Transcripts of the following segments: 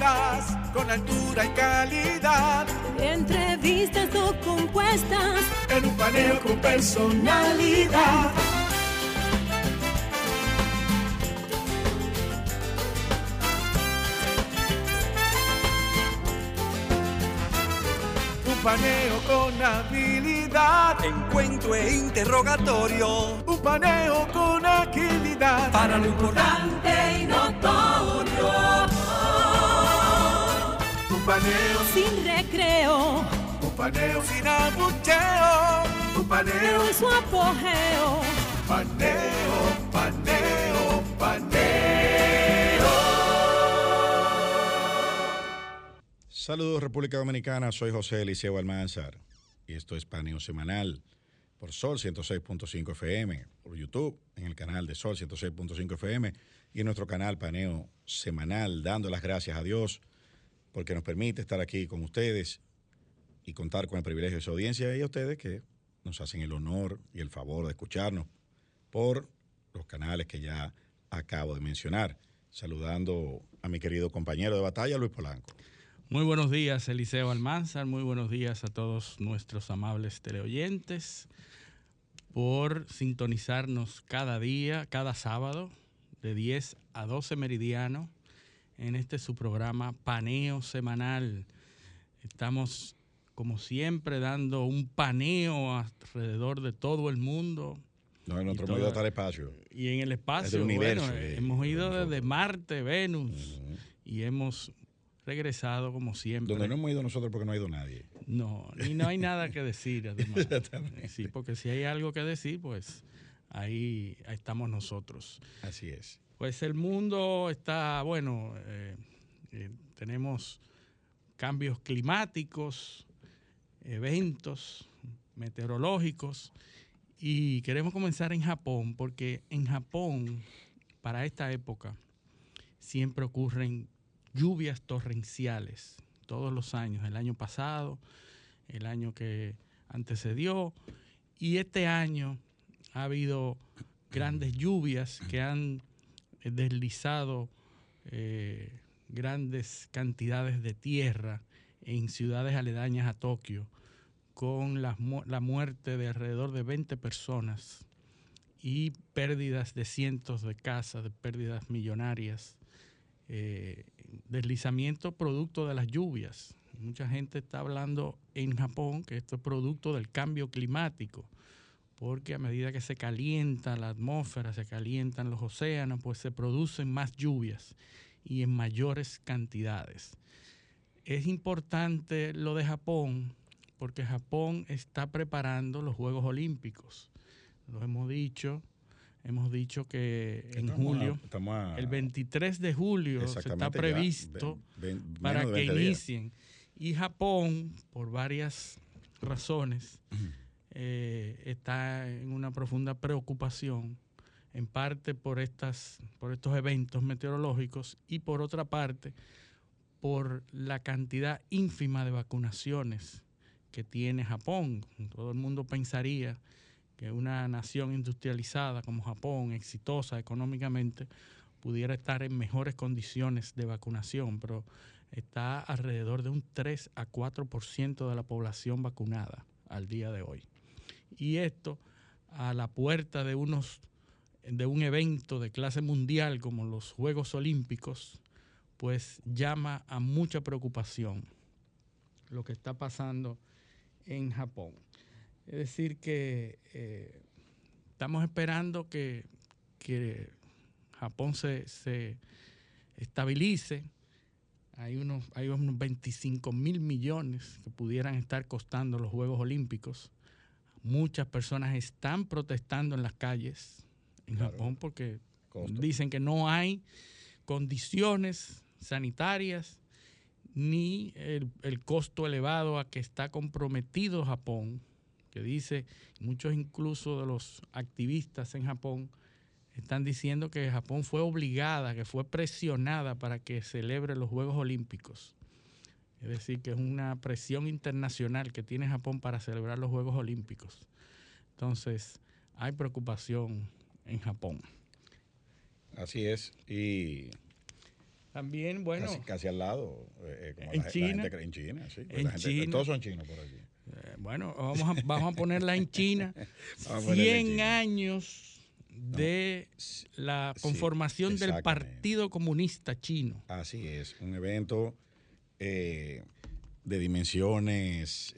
novelas con altura y calidad. Entrevistas o compuestas En un paneo con personalidad. Un paneo con habilidad. Encuentro e interrogatorio. Un paneo con agilidad. Para lo importante y notorio. Un paneo sin recreo, un paneo sin abucheo. Un paneo, en su apogeo. paneo, paneo, paneo. Saludos República Dominicana, soy José Eliseo Almanzar y esto es Paneo Semanal por Sol 106.5 FM, por YouTube en el canal de Sol 106.5 FM y en nuestro canal Paneo Semanal, dando las gracias a Dios porque nos permite estar aquí con ustedes y contar con el privilegio de su audiencia y a ustedes que nos hacen el honor y el favor de escucharnos por los canales que ya acabo de mencionar. Saludando a mi querido compañero de batalla, Luis Polanco. Muy buenos días, Eliseo Almanzar. Muy buenos días a todos nuestros amables teleoyentes por sintonizarnos cada día, cada sábado, de 10 a 12 meridiano, en este su programa Paneo Semanal. Estamos, como siempre, dando un paneo alrededor de todo el mundo. No, en otro medio está el espacio. Y en el espacio, el universo, bueno, hemos ido desde Marte, Venus, y hemos regresado como siempre. Donde no hemos ido nosotros porque no ha ido nadie. No, y no hay nada que decir, además. Exactamente. Sí, porque si hay algo que decir, pues ahí estamos nosotros. Así es. Pues el mundo está, bueno, tenemos cambios climáticos, eventos meteorológicos, y queremos comenzar en Japón, porque en Japón, para esta época, siempre ocurren lluvias torrenciales, todos los años, el año pasado, el año que antecedió, y este año ha habido grandes lluvias que han deslizado grandes cantidades de tierra en ciudades aledañas a Tokio, con la muerte de alrededor de 20 personas y pérdidas de cientos de casas, de pérdidas millonarias. Deslizamiento producto de las lluvias. Mucha gente está hablando en Japón que esto es producto del cambio climático, porque a medida que se calienta la atmósfera, se calientan los océanos, pues se producen más lluvias y en mayores cantidades. Es importante lo de Japón porque Japón está preparando los Juegos Olímpicos. Lo hemos dicho que en julio, el 23 de julio se está previsto para que inicien. Y Japón, por varias razones, está en una profunda preocupación, en parte por estos eventos meteorológicos y por otra parte por la cantidad ínfima de vacunaciones que tiene Japón. Todo el mundo pensaría que una nación industrializada como Japón, exitosa económicamente, pudiera estar en mejores condiciones de vacunación, pero está alrededor de un 3 a 4% de la población vacunada al día de hoy. Y esto, a la puerta de un evento de clase mundial como los Juegos Olímpicos, pues llama a mucha preocupación lo que está pasando en Japón. Es decir que estamos esperando que Japón se estabilice. Hay unos 25.000 millones que pudieran estar costando los Juegos Olímpicos. Muchas personas están protestando en las calles en Japón porque dicen que no hay condiciones sanitarias ni el costo elevado a que está comprometido Japón, que dice, muchos incluso de los activistas en Japón están diciendo que Japón fue obligada, que fue presionada para que celebre los Juegos Olímpicos. Es decir, que es una presión internacional que tiene Japón para celebrar los Juegos Olímpicos. Entonces, hay preocupación en Japón. Así es. Y También, bueno, casi al lado, como en China. la gente cree en China, sí. En China. Todos son chinos por aquí. Bueno, vamos a ponerla en China. Vamos a ponerla en 100 China. años de la conformación del exactamente. Partido Comunista Chino. Así es, un evento de dimensiones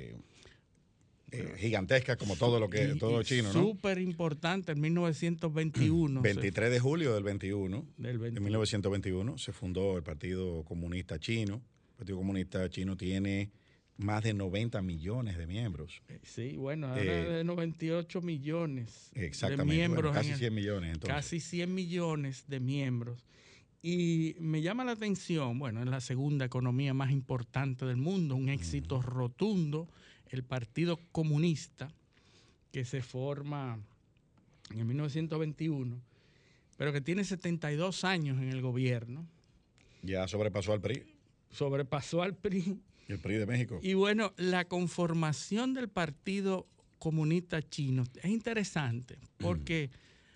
gigantescas como todo lo chino, ¿no? Súper importante, en 1921. 23 de julio del 21, Del 21. de 1921, se fundó el Partido Comunista Chino. El Partido Comunista Chino tiene más de 90 millones de miembros. Sí, bueno, ahora de 98 millones de Exactamente, miembros. bueno, casi 100 millones entonces. Casi 100 millones de miembros. Y me llama la atención, bueno, es la segunda economía más importante del mundo, un éxito rotundo, el Partido Comunista, que se forma en 1921, pero que tiene 72 años en el gobierno. Ya sobrepasó al PRI. Sobrepasó al PRI. El PRI de México. Y bueno, la conformación del Partido Comunista Chino es interesante porque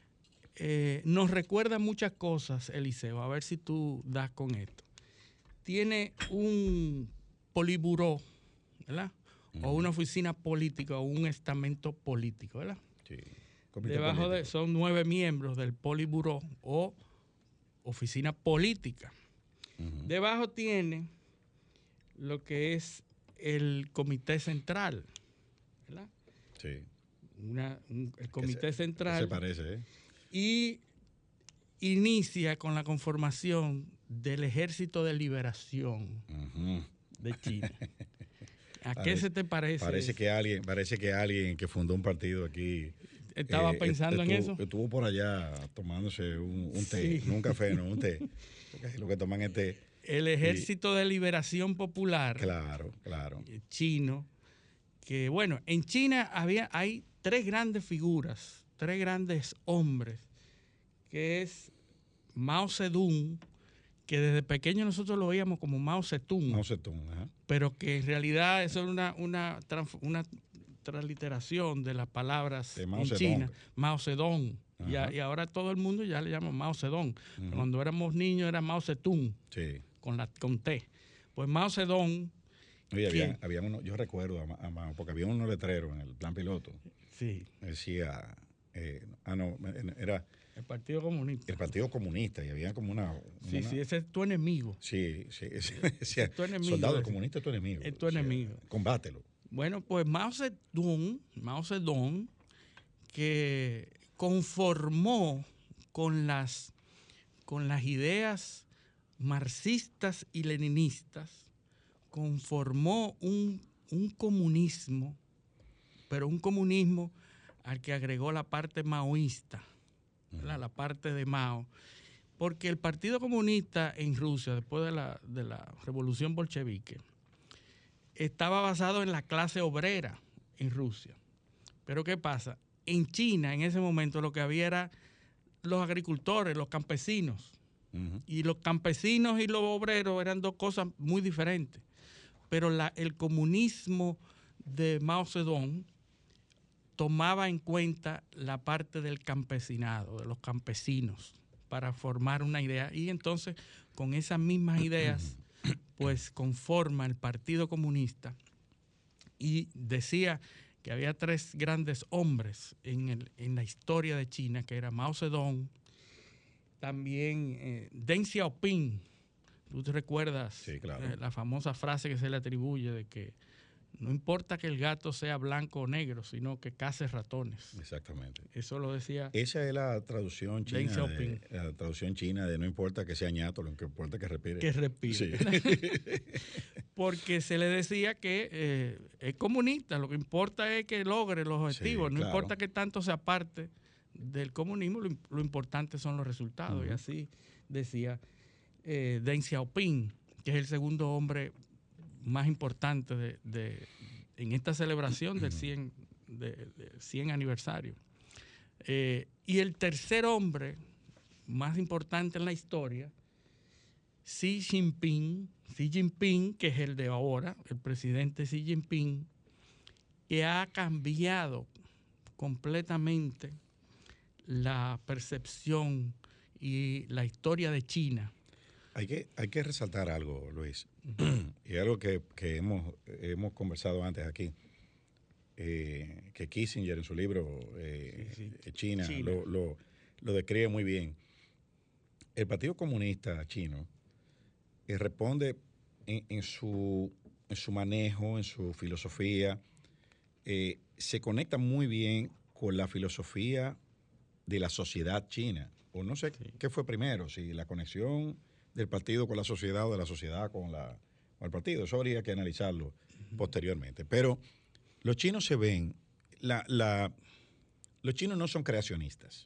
nos recuerda muchas cosas, Eliseo. A ver si tú das con esto. Tiene un poliburó, ¿verdad? O una oficina política o un estamento político, ¿verdad? Sí. Debajo son 9 miembros del poliburó o oficina política. Debajo tiene lo que es el comité central, ¿verdad? Sí. El comité central. Se parece, ¿eh? Y inicia con la conformación del Ejército de Liberación de China. ¿A qué se te parece? Parece que alguien que fundó un partido aquí estaba pensando en eso. Estuvo por allá tomándose un té, Sí. no un café, no un té. Porque lo que toman es té. El Ejército de Liberación Popular. Claro. Chino. Que bueno, en China hay 3 grandes figuras, 3 grandes hombres, que es Mao Zedong, que desde pequeño nosotros lo veíamos como Mao Zedong. Mao Zedong, ajá. Pero que en realidad eso es una transliteración de las palabras De Mao en Zedong. China, Mao Zedong. Ajá. Y ahora todo el mundo ya le llama Mao Zedong. Pero cuando éramos niños era Mao Zedong, Sí. con T. Pues Mao Zedong. Oye, había uno, yo recuerdo a Mao, porque había unos letreros en el plan piloto. Sí. Decía, era El Partido Comunista. el Partido Comunista y había como una... Sí, ese es tu enemigo. Sí, decía, Es tu enemigo, soldado ese. comunista es tu enemigo. Es tu Decía, enemigo. Combátelo. Bueno, pues Mao Zedong, que conformó con las ideas marxistas y leninistas, conformó un comunismo, pero un comunismo al que agregó la parte maoísta, ¿verdad? La parte de Mao, porque el Partido Comunista en Rusia, después de la Revolución Bolchevique, estaba basado en la clase obrera en Rusia. Pero ¿qué pasa? En China, en ese momento, lo que había era los agricultores, los campesinos. Y los campesinos y los obreros eran 2 cosas muy diferentes. Pero el comunismo de Mao Zedong tomaba en cuenta la parte del campesinado, de los campesinos, para formar una idea. Y entonces, con esas mismas ideas, pues conforma el Partido Comunista. Y decía que había 3 grandes hombres en la historia de China, que era Mao Zedong, también Deng Xiaoping. ¿Tú te recuerdas? Sí, claro. La famosa frase que se le atribuye de que no importa que el gato sea blanco o negro, sino que case ratones. Exactamente. Eso lo decía. Esa es la traducción Deng china. Xiaoping. La traducción china de no importa que sea ñato, lo que importa es que respire. Que respire. Sí. Porque se le decía que es comunista, lo que importa es que logre los objetivos, Sí, no claro. importa que tanto se aparte del comunismo, lo importante son los resultados. Y así decía Deng Xiaoping, que es el segundo hombre más importante en esta celebración del 100 aniversario. Y el tercer hombre más importante en la historia, Xi Jinping, que es el de ahora, el presidente Xi Jinping, que ha cambiado completamente la percepción y la historia de China Hay que resaltar algo, Luis, y algo que hemos conversado antes aquí, que Kissinger en su libro China lo describe muy bien. El Partido Comunista Chino responde en su manejo, en su filosofía, se conecta muy bien con la filosofía de la sociedad china. O no sé qué fue primero, si la conexión del partido con la sociedad o de la sociedad con el partido. Eso habría que analizarlo posteriormente. Pero los chinos se ven, los chinos no son creacionistas.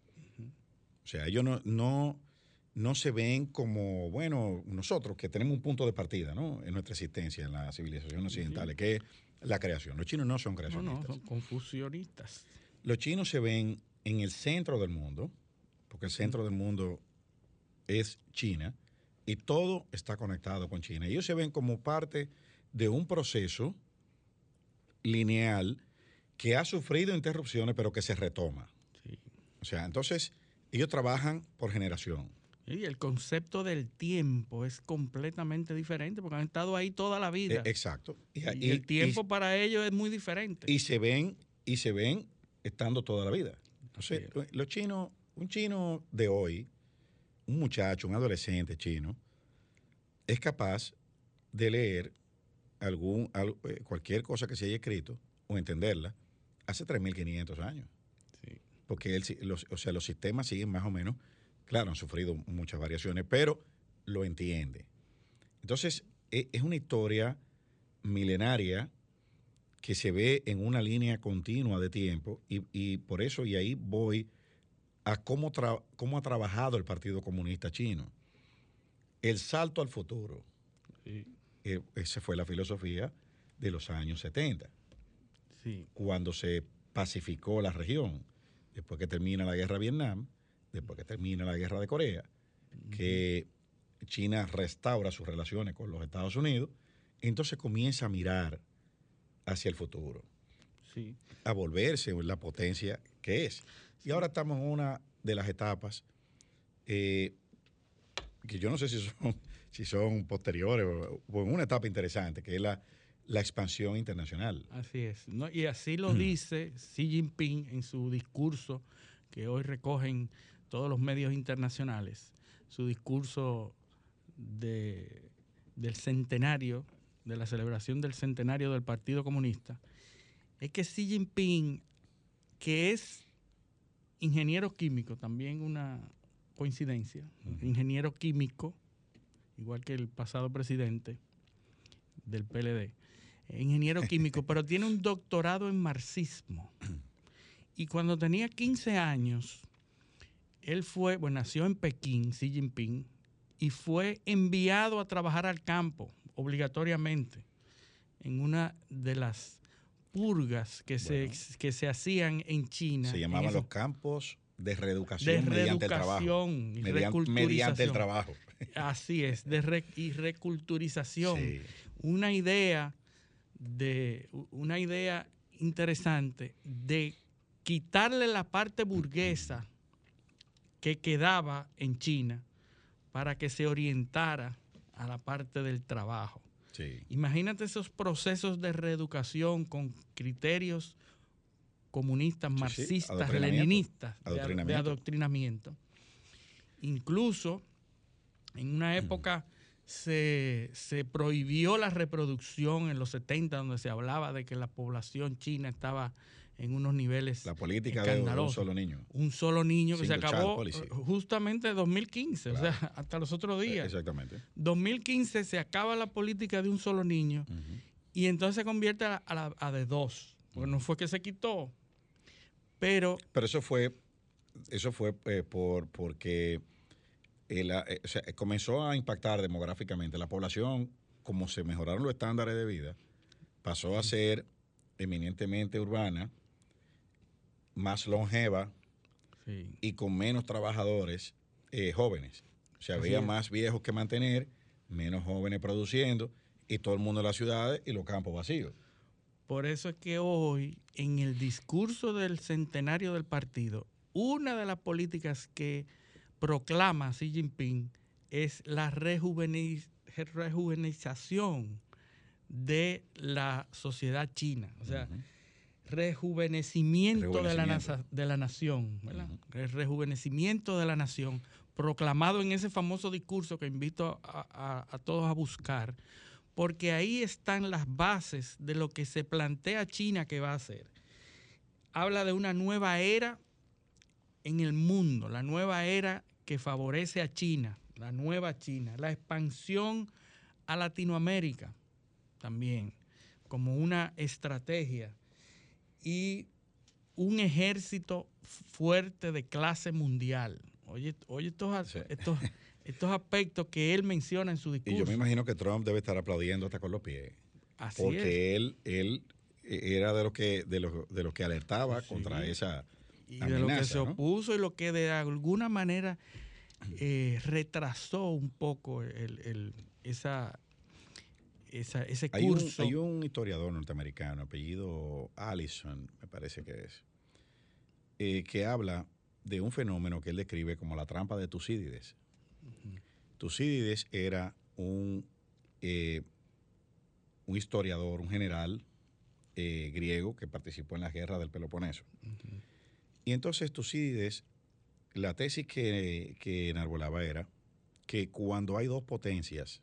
O sea, ellos no se ven como, bueno, nosotros que tenemos un punto de partida, ¿no?, en nuestra existencia, en la civilización occidental, que es la creación. Los chinos no son creacionistas. No, son confusionistas. Los chinos se ven en el centro del mundo, porque el centro del mundo es China, y todo está conectado con China. Ellos se ven como parte de un proceso lineal que ha sufrido interrupciones, pero que se retoma. Sí. O sea, entonces, ellos trabajan por generación. Y el concepto del tiempo es completamente diferente, porque han estado ahí toda la vida. Exacto. Y el tiempo para ellos es muy diferente. Y se ven estando toda la vida. Entonces, los chinos, un chino de hoy, un muchacho, un adolescente chino, es capaz de leer cualquier cosa que se haya escrito o entenderla hace 3.500 años. Sí. Porque los sistemas siguen más o menos, claro, han sufrido muchas variaciones, pero lo entiende. Entonces, es una historia milenaria que se ve en una línea continua de tiempo y por eso, y ahí voy a cómo ha trabajado el Partido Comunista Chino. El salto al futuro. Sí. Esa fue la filosofía de los años 70. Sí. Cuando se pacificó la región, después que termina la guerra de Vietnam, después que termina la guerra de Corea, que China restaura sus relaciones con los Estados Unidos, entonces comienza a mirar hacia el futuro, Sí. a volverse la potencia que es. Y ahora estamos en una de las etapas que yo no sé si son posteriores o en una etapa interesante, que es la expansión internacional. Así es. ¿No? Y así lo dice Xi Jinping en su discurso, que hoy recogen todos los medios internacionales, su discurso del centenario, de la celebración del centenario del Partido Comunista, es que Xi Jinping, que es ingeniero químico, también una coincidencia, ingeniero químico, igual que el pasado presidente del PLD, ingeniero químico, pero tiene un doctorado en marxismo. Y cuando tenía 15 años, él nació en Pekín, Xi Jinping, y fue enviado a trabajar al campo, obligatoriamente, en una de las purgas que se hacían en China. Se llamaban los campos de reeducación mediante el trabajo. Mediante el trabajo. Así es, y reculturización. Sí. Una idea interesante de quitarle la parte burguesa que quedaba en China para que se orientara a la parte del trabajo. Sí. Imagínate esos procesos de reeducación con criterios comunistas, marxistas, leninistas, de adoctrinamiento. Incluso en una época se prohibió la reproducción en los 70, donde se hablaba de que la población china estaba en unos niveles la política escandalosos. De un solo niño. Un solo niño que se Single acabó child policy. Justamente en 2015, Claro. o sea, hasta los otros días. Exactamente. 2015 se acaba la política de un solo niño y entonces se convierte a de dos. Porque no fue que se quitó, pero eso fue porque comenzó a impactar demográficamente la población. Como se mejoraron los estándares de vida, pasó a ser eminentemente urbana, más longeva, sí, y con menos trabajadores jóvenes. O sea, había más viejos que mantener, menos jóvenes produciendo, y todo el mundo en las ciudades y los campos vacíos. Por eso es que hoy, en el discurso del centenario del partido, una de las políticas que proclama Xi Jinping es la rejuvenización de la sociedad china. O sea, rejuvenecimiento de la nación, ¿verdad? El rejuvenecimiento de la nación, proclamado en ese famoso discurso que invito a todos a buscar, porque ahí están las bases de lo que se plantea China que va a hacer. Habla de una nueva era en el mundo, la nueva era que favorece a China, la nueva China, la expansión a Latinoamérica también, como una estrategia, y un ejército fuerte de clase mundial. Oye estos aspectos que él menciona en su discurso. Y yo me imagino que Trump debe estar aplaudiendo hasta con los pies. Así porque es. él era de los que alertaba contra esa y amenaza, de lo que se opuso, ¿no? y lo que de alguna manera retrasó un poco ese curso. Hay un historiador norteamericano, apellido Allison, me parece que es, que habla de un fenómeno que él describe como la trampa de Tucídides. Tucídides era un historiador, un general griego que participó en la guerra del Peloponeso. Y entonces Tucídides, la tesis que enarbolaba era que cuando hay dos potencias,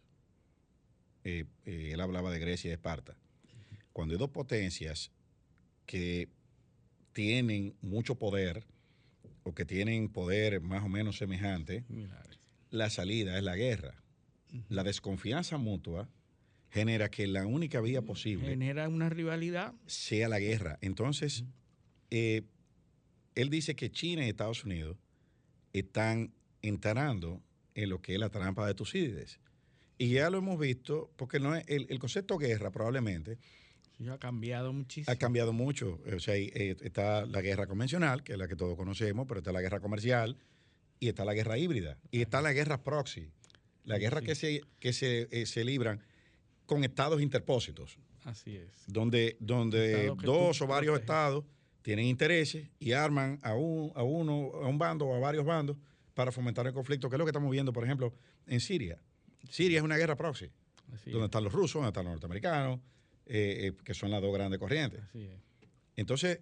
él hablaba de Grecia y de Esparta, cuando hay dos potencias que tienen mucho poder o que tienen poder más o menos semejante, la salida es la guerra. La desconfianza mutua genera que la única vía posible genera una rivalidad, sea la guerra. Entonces, él dice que China y Estados Unidos están entrando en lo que es la trampa de Tucídides. Y ya lo hemos visto, porque no es, el concepto guerra probablemente sí, ha cambiado muchísimo. Ha cambiado mucho. O sea, está la guerra convencional, que es la que todos conocemos, pero está la guerra comercial y está la guerra híbrida. Y está la guerra proxy, la guerra sí. que se libran con estados interpósitos. Así es. Donde dos o varios estados tienen intereses y arman a un bando o a varios bandos para fomentar el conflicto, que es lo que estamos viendo, por ejemplo, en Siria. Siria es una guerra proxy, donde están los rusos, donde están los norteamericanos, que son las dos grandes corrientes. Así es. Entonces,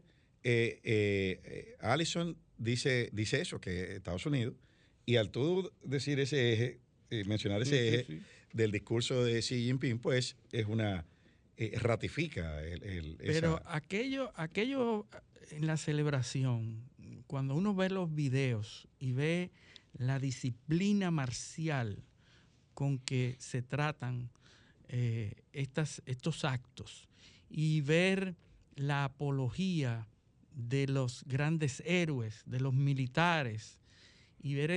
Allison dice eso, que Estados Unidos, y al tú decir ese eje, mencionar ese eje del discurso de Xi Jinping, pues es una ratifica Pero aquello en la celebración, cuando uno ve los videos y ve la disciplina marcial con que se tratan estos actos, y ver la apología de los grandes héroes, de los militares, y ver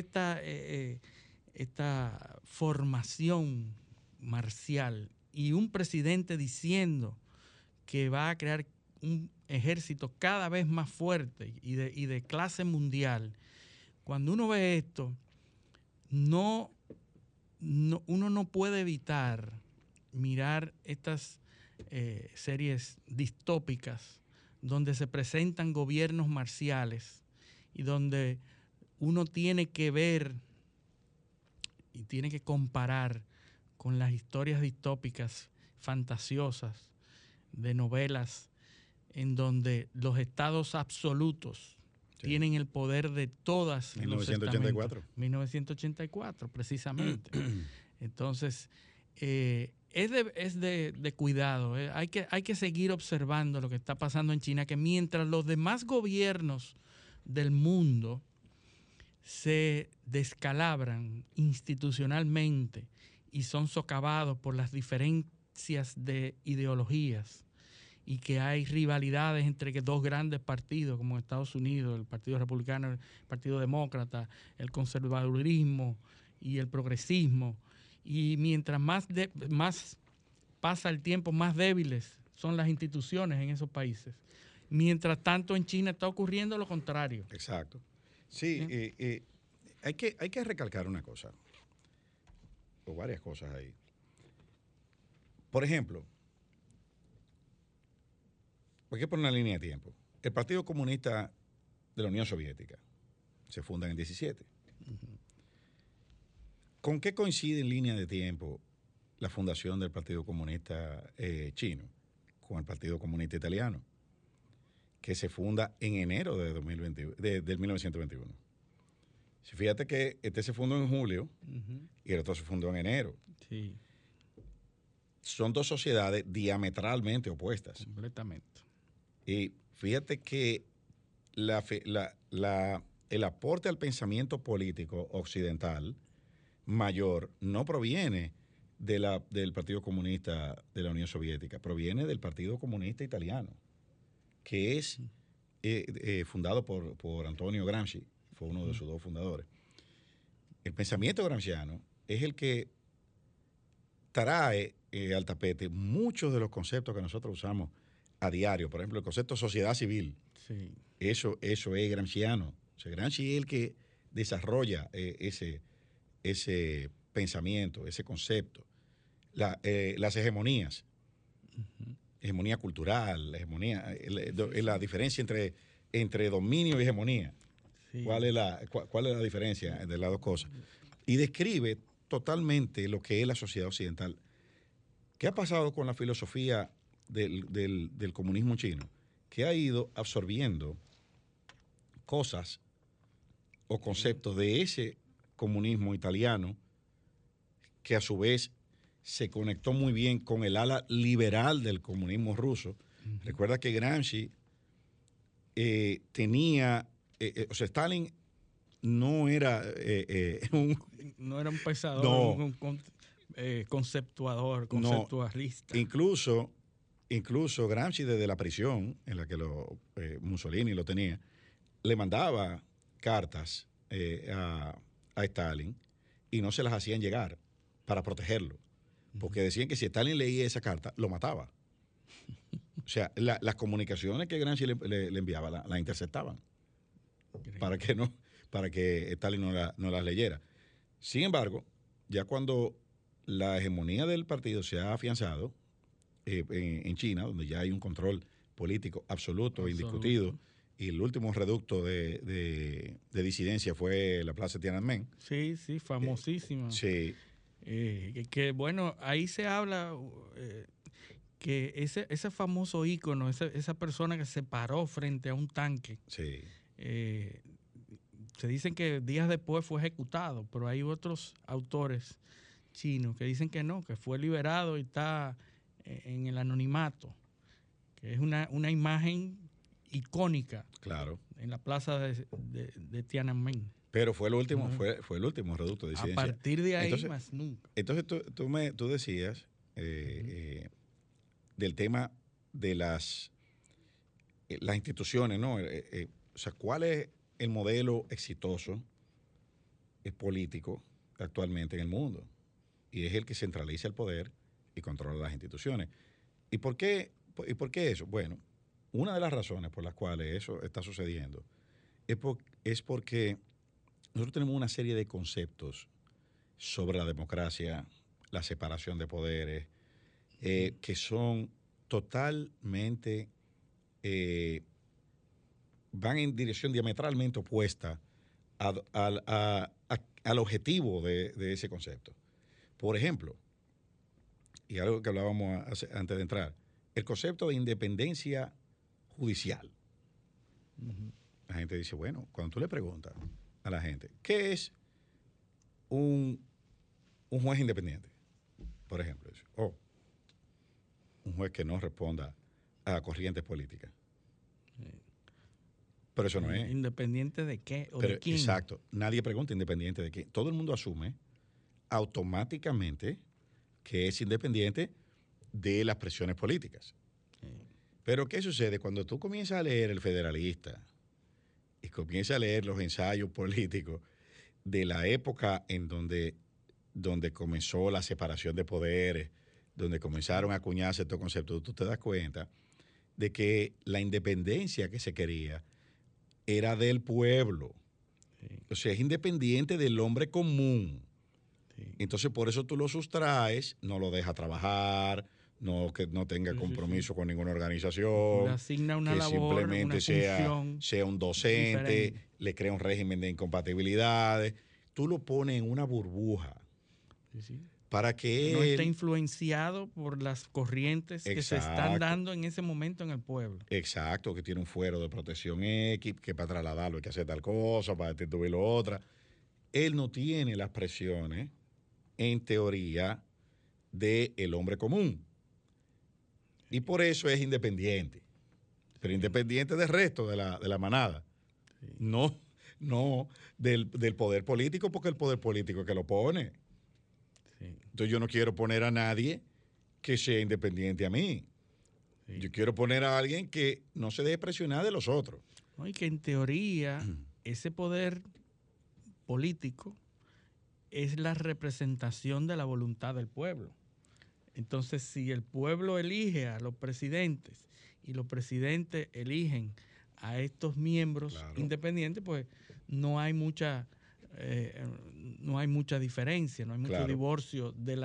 esta formación marcial, y un presidente diciendo que va a crear un ejército cada vez más fuerte y de clase mundial. Cuando uno ve esto, uno no puede evitar mirar estas series distópicas donde se presentan gobiernos marciales y donde uno tiene que ver y tiene que comparar con las historias distópicas fantasiosas de novelas en donde los estados absolutos tienen el poder de todas. 1984. 1984, precisamente. Entonces, es de cuidado. Hay que seguir observando lo que está pasando en China, que mientras los demás gobiernos del mundo se descalabran institucionalmente y son socavados por las diferencias de ideologías, y que hay rivalidades entre dos grandes partidos como Estados Unidos, el Partido Republicano, el Partido Demócrata, el conservadurismo y el progresismo, y mientras más pasa el tiempo, más débiles son las instituciones en esos países. Mientras tanto, en China está ocurriendo lo contrario. Exacto. Sí, hay que recalcar una cosa, o varias cosas ahí. Por ejemplo, hay que poner una línea de tiempo. El Partido Comunista de la Unión Soviética se funda en el 17. ¿Con qué coincide en línea de tiempo la fundación del Partido Comunista Chino con el Partido Comunista Italiano, que se funda en enero de 1921? Si fíjate que este se fundó en julio y el otro se fundó en enero. Sí. Son dos sociedades diametralmente opuestas. Completamente. Y fíjate que el aporte al pensamiento político occidental mayor no proviene del Partido Comunista de la Unión Soviética, proviene del Partido Comunista Italiano, que es fundado por Antonio Gramsci, fue uno de sus dos fundadores. El pensamiento gramsciano es el que trae al tapete muchos de los conceptos que nosotros usamos a diario. Por ejemplo, el concepto sociedad civil. Sí. Eso es gramsciano. O sea, Gramsci es el que desarrolla ese pensamiento, ese concepto. Las hegemonías. Hegemonía cultural, la diferencia entre dominio y hegemonía. Sí. ¿Cuál es la diferencia de las dos cosas? Y describe totalmente lo que es la sociedad occidental. ¿Qué ha pasado con la filosofía del comunismo chino? Que ha ido absorbiendo cosas o conceptos de ese comunismo italiano, que a su vez se conectó muy bien con el ala liberal del comunismo ruso. Recuerda que Gramsci tenía, o sea, Stalin no era no era un pensador, no, un conceptualista. No, incluso Gramsci, desde la prisión en la que Mussolini lo tenía, le mandaba cartas a Stalin y no se las hacían llegar para protegerlo, porque decían que si Stalin leía esa carta, lo mataba. O sea, las comunicaciones que Gramsci le enviaba las interceptaban para que Stalin no las leyera. Sin embargo, ya cuando la hegemonía del partido se ha afianzado en China, donde ya hay un control político absoluto, indiscutido, y el último reducto de disidencia fue la Plaza Tiananmen. Sí, famosísima. Sí. Que bueno, ahí se habla que ese famoso ícono, esa persona que se paró frente a un tanque, sí. Se dicen que días después fue ejecutado, pero hay otros autores chinos que dicen que no, que fue liberado y está en el anonimato, que es una imagen icónica, claro, en la plaza de Tiananmen. Pero fue el último, fue el último reducto de disidencia. A partir de ahí, más nunca. Entonces tú decías del tema de las instituciones, ¿no? O sea, ¿cuál es el modelo exitoso político actualmente en el mundo? Y es el que centraliza el poder y controla las instituciones. ¿Y por qué eso? Bueno, una de las razones por las cuales eso está sucediendo es porque nosotros tenemos una serie de conceptos sobre la democracia, la separación de poderes, que son totalmente, van en dirección diametralmente opuesta al objetivo de ese concepto. Por ejemplo, y algo que hablábamos antes de entrar, el concepto de independencia judicial. La gente dice, bueno, cuando tú le preguntas a la gente, ¿qué es un juez independiente? Por ejemplo, dice, un juez que no responda a corrientes políticas. Pero eso no es. ¿Independiente de qué o de quién? Exacto. Nadie pregunta independiente de qué. Todo el mundo asume automáticamente que es independiente de las presiones políticas. Pero ¿qué sucede? Cuando tú comienzas a leer El Federalista y comienzas a leer los ensayos políticos de la época en donde comenzó la separación de poderes, donde comenzaron a acuñarse estos conceptos, tú te das cuenta de que la independencia que se quería era del pueblo. Sí. O sea, es independiente del hombre común. Sí. Entonces, por eso tú lo sustraes, no lo dejas trabajar, que no tenga compromiso con ninguna organización, le asigna una que labor, simplemente sea un docente, diferente. Le crea un régimen de incompatibilidades. Tú lo pones en una burbuja para que no él esté influenciado por las corrientes que se están dando en ese momento en el pueblo. Exacto, que tiene un fuero de protección X, que para trasladarlo hay que hacer tal cosa, para destituirlo otra. Él no tiene las presiones, en teoría, del hombre común. Y por eso es independiente. Pero independiente del resto de la manada. Sí. No del poder político, porque el poder político es que lo pone. Sí. Entonces yo no quiero poner a nadie que sea independiente a mí. Sí. Yo quiero poner a alguien que no se deje presionar de los otros. No, y que en teoría ese poder político es la representación de la voluntad del pueblo. Entonces, si el pueblo elige a los presidentes y los presidentes eligen a estos miembros independientes, pues no hay mucha diferencia, no hay mucho divorcio de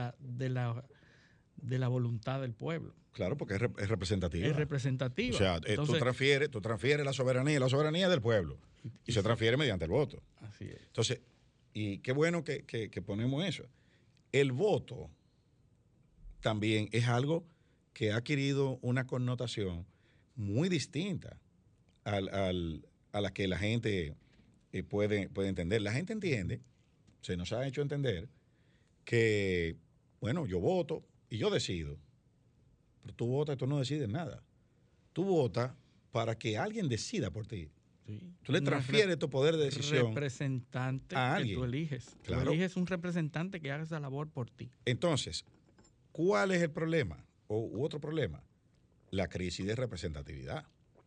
la voluntad del pueblo. Claro, porque es representativa. Es representativa. O sea, entonces, tú transfieres la soberanía es del pueblo y se transfiere mediante el voto. Así es. Entonces, y qué bueno que ponemos eso. El voto también es algo que ha adquirido una connotación muy distinta a la que la gente puede entender. La gente entiende, se nos ha hecho entender que, bueno, yo voto y yo decido. Pero tú votas y tú no decides nada. Tú votas para que alguien decida por ti. Sí. Tú le transfieres tu poder de decisión representante a alguien. Que tú eliges. Claro. Tú eliges un representante que haga esa labor por ti. Entonces, ¿cuál es el problema? U otro problema, la crisis de representatividad.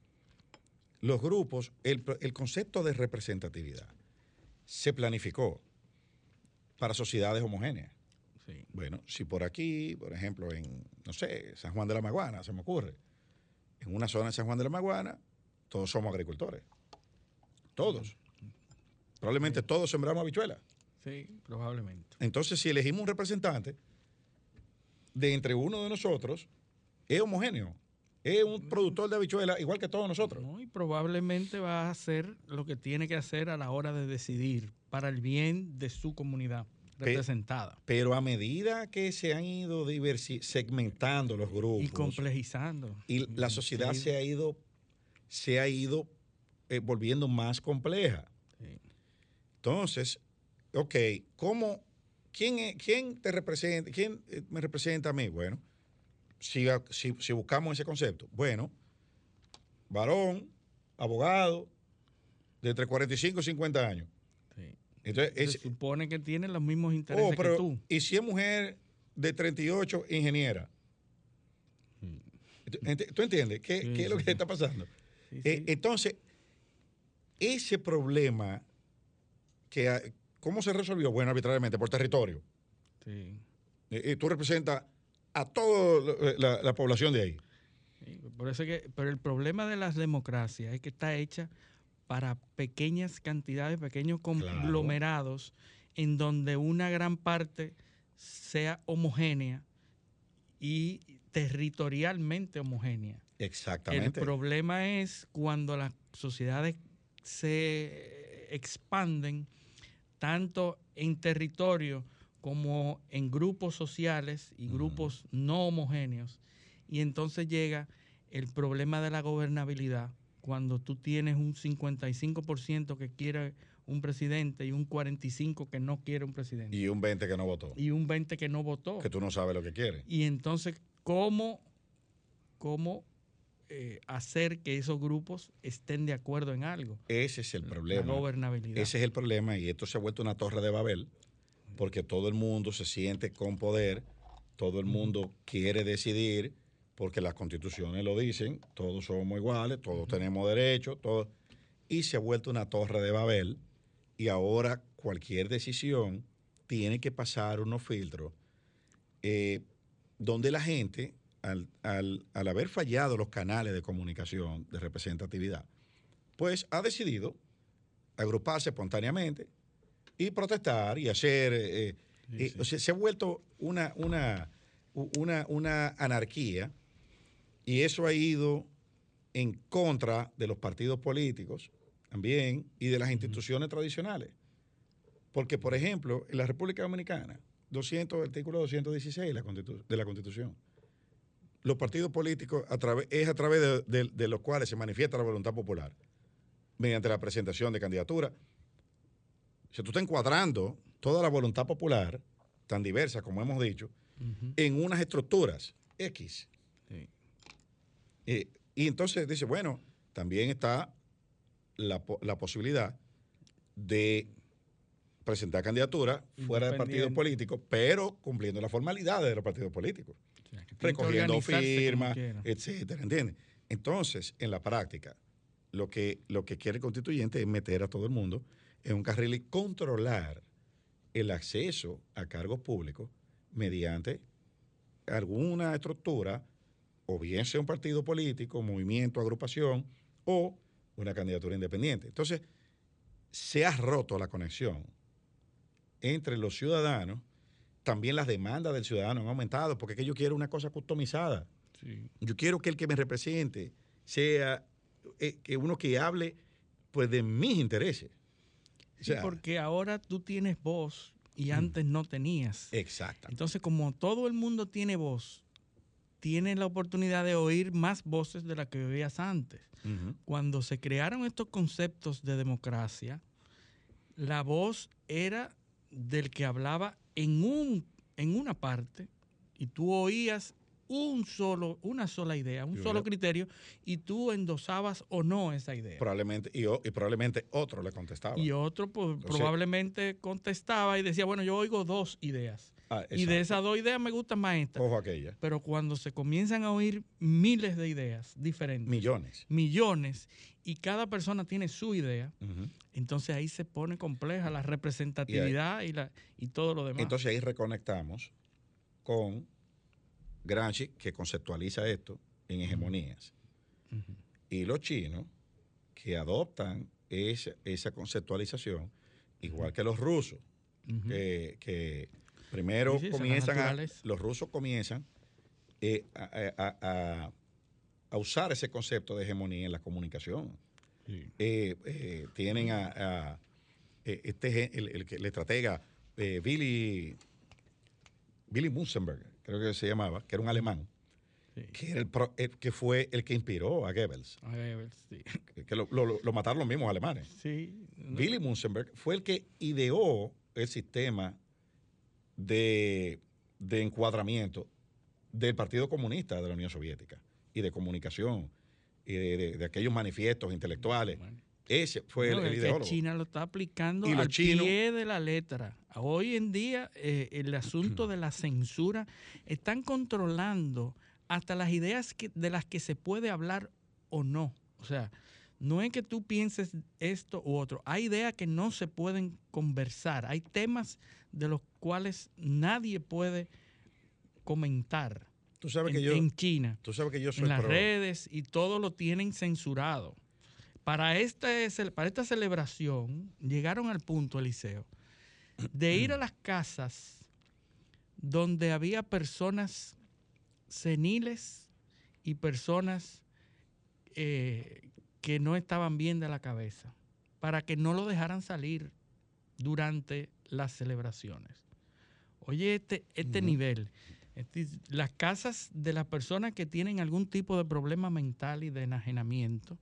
Los grupos, el concepto de representatividad se planificó para sociedades homogéneas. Sí. Bueno, si por aquí, por ejemplo, en, no sé, San Juan de la Maguana, se me ocurre, en una zona de San Juan de la Maguana, todos somos agricultores. Todos. Probablemente todos sembramos habichuelas. Sí, probablemente. Entonces, si elegimos un representante de entre uno de nosotros, es homogéneo. Es un productor de habichuelas igual que todos nosotros. No, y probablemente va a hacer lo que tiene que hacer a la hora de decidir para el bien de su comunidad representada. Pero a medida que se han ido segmentando los grupos y complejizando, y la sociedad se ha ido volviendo más compleja. Sí. Entonces, ok, ¿quién te representa? ¿Quién me representa a mí? Bueno, si buscamos ese concepto, bueno, varón, abogado, de entre 45 y 50 años. Sí. Entonces, se supone que tiene los mismos intereses que tú. ¿Y si es mujer de 38, ingeniera? ¿Tú entiendes? ¿Qué es lo que está pasando? Sí. Entonces, ese problema, ¿cómo se resolvió? Bueno, arbitrariamente, por territorio. Sí. Tú representas a toda la población de ahí. Sí, por eso pero el problema de las democracias es que está hecha para pequeñas cantidades, pequeños conglomerados, en donde una gran parte sea homogénea y territorialmente homogénea. Exactamente. El problema es cuando las sociedades se expanden tanto en territorio como en grupos sociales y grupos no homogéneos. Y entonces llega el problema de la gobernabilidad, cuando tú tienes un 55% que quiere un presidente y un 45% que no quiere un presidente. Y un 20% que no votó. Y un 20% que no votó. Que tú no sabes lo que quiere. Y entonces, ¿cómo hacer que esos grupos estén de acuerdo en algo? Ese es el problema. La gobernabilidad. Ese es el problema, y esto se ha vuelto una torre de Babel, porque todo el mundo se siente con poder, todo el mundo quiere decidir, porque las constituciones lo dicen, todos somos iguales, todos tenemos derechos, y se ha vuelto una torre de Babel, y ahora cualquier decisión tiene que pasar unos filtros donde la gente, al haber fallado los canales de comunicación, de representatividad, pues ha decidido agruparse espontáneamente y protestar y hacer... O sea, se ha vuelto una anarquía, y eso ha ido en contra de los partidos políticos también y de las instituciones tradicionales. Porque, por ejemplo, en la República Dominicana, artículo 216 de la Constitución. Los partidos políticos es a través de los cuales se manifiesta la voluntad popular, mediante la presentación de candidaturas. O sea, tú estás encuadrando toda la voluntad popular, tan diversa como hemos dicho, en unas estructuras X. Sí. Y entonces dice, bueno, también está la posibilidad de presentar candidaturas fuera de partidos políticos, pero cumpliendo las formalidades de los partidos políticos, O sea, recogiendo firmas, etcétera, ¿entiendes? Entonces, en la práctica, lo que quiere el constituyente es meter a todo el mundo en un carril y controlar el acceso a cargos públicos mediante alguna estructura, o bien sea un partido político, movimiento, agrupación, o una candidatura independiente. Entonces, se ha roto la conexión entre los ciudadanos. También las demandas del ciudadano han aumentado, porque es que yo quiero una cosa customizada. Sí. Yo quiero que el que me represente sea que uno que hable pues de mis intereses. O sea, Sí, porque ahora tú tienes voz y antes no tenías. Exacto. Entonces, como todo el mundo tiene voz, tienes la oportunidad de oír más voces de las que oías antes. Cuando se crearon estos conceptos de democracia, la voz era del que hablaba en una parte y tú oías una sola idea, un solo criterio, y tú endosabas o no esa idea. Probablemente, y probablemente otro le contestaba. Y otro pues, probablemente contestaba y decía, bueno, yo oigo dos ideas. Y de esas dos ideas me gustan más esta. Ojo aquella. Pero cuando se comienzan a oír miles de ideas diferentes. Millones. Y cada persona tiene su idea. Entonces ahí se pone compleja la representatividad y todo lo demás. Entonces ahí reconectamos con Gramsci, que conceptualiza esto en hegemonías. Y los chinos, que adoptan esa conceptualización, igual que los rusos, que primero los rusos comienzan a usar ese concepto de hegemonía en la comunicación. Sí. Tienen el estratega Willy Munzenberg, creo que se llamaba, que era un alemán, que fue el que inspiró a Goebbels. Sí. Que lo mataron los mismos alemanes. Sí. Willy Munzenberg fue el que ideó el sistema de encuadramiento del Partido Comunista de la Unión Soviética y de comunicación y de aquellos manifiestos intelectuales. Ese fue el ideólogo. China lo está aplicando al pie de la letra. Hoy en día el asunto de la censura están controlando hasta las ideas de las que se puede hablar o no. O sea, no es que tú pienses esto u otro. Hay ideas que no se pueden conversar. Hay temas de los cuales nadie puede comentar. Tú sabes en China. Tú sabes que yo soy en las redes y todo lo tienen censurado. Para esta celebración llegaron al punto, Eliseo, de ir a las casas donde había personas seniles y personas que no estaban bien de la cabeza, para que no lo dejaran salir durante las celebraciones. Oye, este nivel, las casas de las personas que tienen algún tipo de problema mental y de enajenación,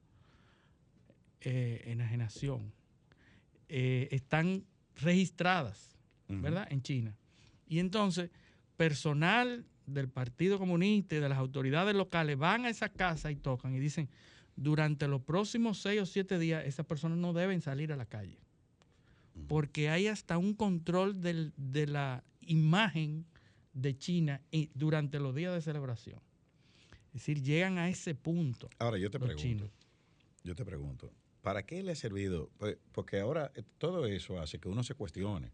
están registradas, ¿verdad? En China. Y entonces, personal del Partido Comunista y de las autoridades locales van a esa casa y tocan y dicen, durante los próximos 6 o 7 días, esas personas no deben salir a la calle. Porque hay hasta un control de la imagen de China durante los días de celebración. Es decir, llegan a ese punto. Ahora, yo te pregunto, ¿para qué le ha servido? Porque ahora todo eso hace que uno se cuestione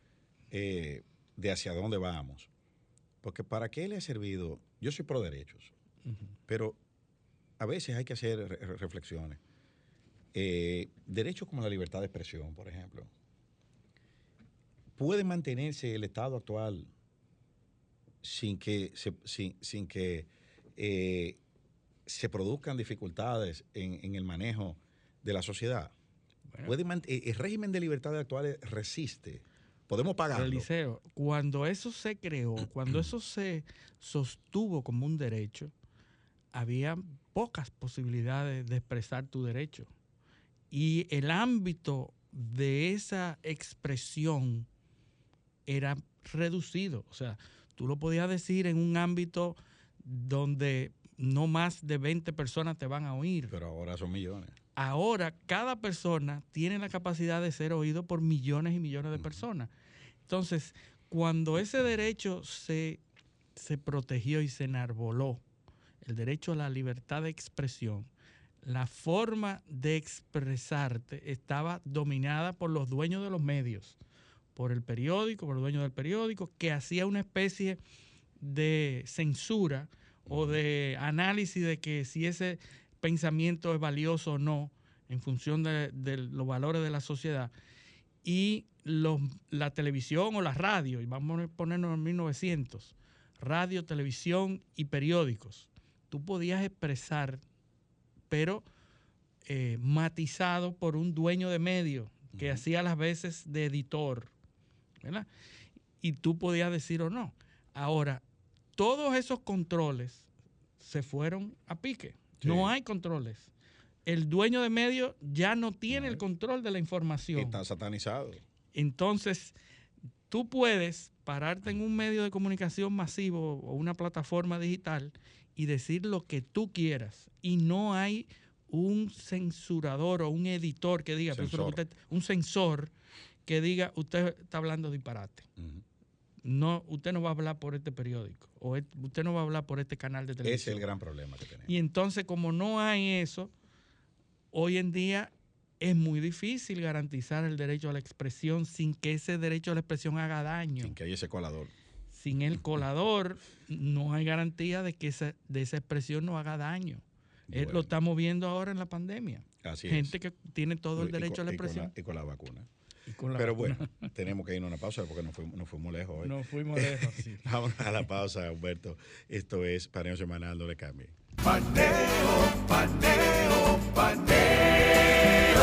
de hacia dónde vamos. Porque ¿para qué le ha servido? Yo soy pro derechos, pero a veces hay que hacer reflexiones. Derechos como la libertad de expresión, por ejemplo. ¿Puede mantenerse el estado actual sin que se produzcan dificultades en el manejo de la sociedad? Bueno, ¿el régimen de libertades actuales resiste podemos pagarlo. Eliseo, cuando eso se creó, cuando eso se sostuvo como un derecho, había pocas posibilidades de expresar tu derecho. Y el ámbito de esa expresión era reducido. O sea, tú lo podías decir en un ámbito donde no más de 20 personas te van a oír. Pero ahora son millones. Ahora cada persona tiene la capacidad de ser oído por millones y millones de personas. Entonces, cuando ese derecho se protegió y se enarboló, el derecho a la libertad de expresión, la forma de expresarte estaba dominada por los dueños de los medios, por el periódico, por el dueño del periódico, que hacía una especie de censura o de análisis de que si ese pensamiento es valioso o no en función de los valores de la sociedad. Y la televisión o la radio, y vamos a ponernos en 1900, radio, televisión y periódicos, tú podías expresar, pero matizado por un dueño de medio que hacía las veces de editor, ¿verdad? Y tú podías decir o no. Ahora, todos esos controles se fueron a pique. Sí. No hay controles. El dueño de medio ya no tiene el control de la información. Está satanizado. Entonces, tú puedes pararte en un medio de comunicación masivo o una plataforma digital y decir lo que tú quieras. Y no hay un censurador o un editor que diga, un censor que diga, usted está hablando disparate. No, usted no va a hablar por este periódico o usted no va a hablar por este canal de televisión. Ese es el gran problema que tenemos. Y entonces, como no hay eso, hoy en día es muy difícil garantizar el derecho a la expresión sin que ese derecho a la expresión haga daño. Sin que haya ese colador. Sin el colador no hay garantía de que esa expresión no haga daño. Bueno. Lo estamos viendo ahora en la pandemia. Así Gente es. que tiene todo el derecho a la expresión. Y con la vacuna. Pero bueno, tenemos que irnos a una pausa porque nos fuimos lejos hoy. Nos fuimos lejos, sí. Vamos a la pausa, Humberto. Esto es Paneo Semanal, no le cambie. Paneo, paneo, paneo.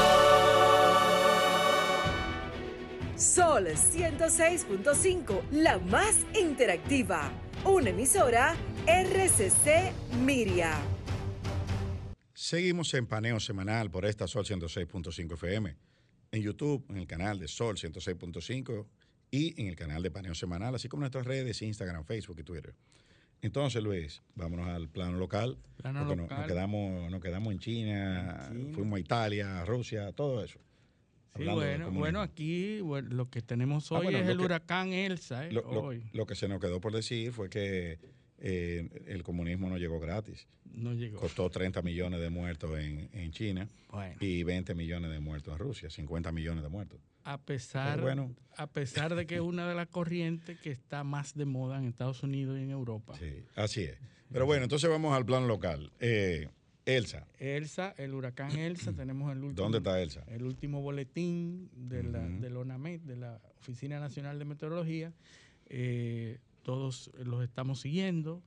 Sol 106.5, la más interactiva. Una emisora RCC Miria. Seguimos en Paneo Semanal por esta Sol 106.5 FM. En YouTube, en el canal de Sol 106.5 y en el canal de Paneo Semanal, así como en nuestras redes, Instagram, Facebook y Twitter. Entonces, Luis, vámonos al plano local. Nos quedamos en China, fuimos a Italia, a Rusia, todo eso. Sí, bueno, aquí lo que tenemos hoy es el huracán Elsa. Lo que se nos quedó por decir fue que el comunismo no llegó gratis. No llegó. Costó 30 millones de muertos en China y 20 millones de muertos en Rusia, 50 millones de muertos. A pesar de que es una de las corrientes que está más de moda en Estados Unidos y en Europa. Sí, así es. Pero bueno, entonces vamos al plano local. Elsa, el huracán Elsa, tenemos el último. ¿Dónde está Elsa? El último boletín del ONAMET, de la Oficina Nacional de Meteorología. Todos los estamos siguiendo.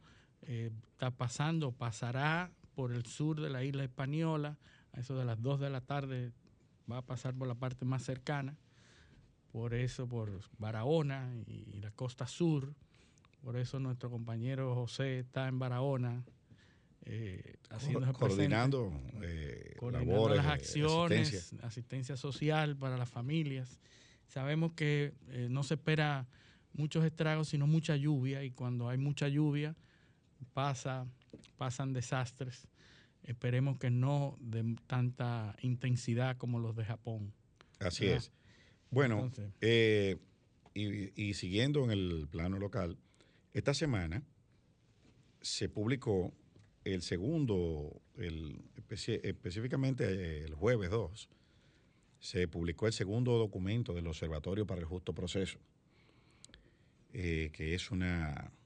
Pasará por el sur de la isla española, a eso de las 2 de la tarde va a pasar por la parte más cercana, por Barahona y la costa sur. Por eso nuestro compañero José está en Barahona, coordinando labores, las acciones, asistencia social para las familias. Sabemos que no se espera muchos estragos, sino mucha lluvia, y cuando hay mucha lluvia pasan desastres. Esperemos que no de tanta intensidad como los de Japón. Así es. Bueno, entonces, y siguiendo en el plano local, esta semana se publicó específicamente el jueves 2, se publicó el segundo documento del Observatorio para el Justo Proceso, que es un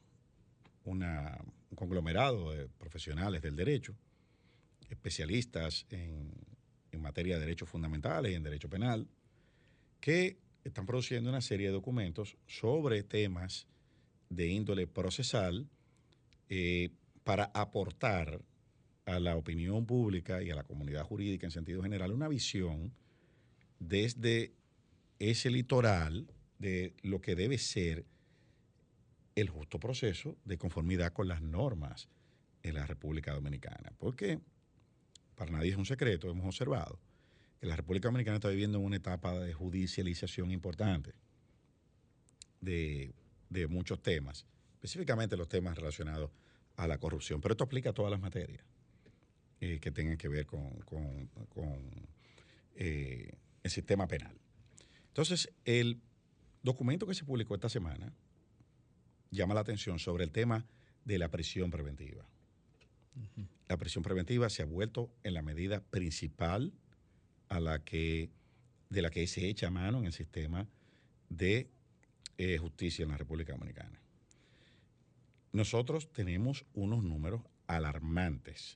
conglomerado de profesionales del derecho, especialistas en materia de derechos fundamentales y en derecho penal, que están produciendo una serie de documentos sobre temas de índole procesal para aportar a la opinión pública y a la comunidad jurídica en sentido general una visión desde ese litoral de lo que debe ser el justo proceso de conformidad con las normas en la República Dominicana. Porque para nadie es un secreto, hemos observado que la República Dominicana está viviendo en una etapa de judicialización importante de muchos temas, específicamente los temas relacionados a la corrupción. Pero esto aplica a todas las materias que tengan que ver con el sistema penal. Entonces, el documento que se publicó esta semana llama la atención sobre el tema de la prisión preventiva. Uh-huh. La prisión preventiva se ha vuelto en la medida principal de la que se echa mano en el sistema de justicia en la República Dominicana. Nosotros tenemos unos números alarmantes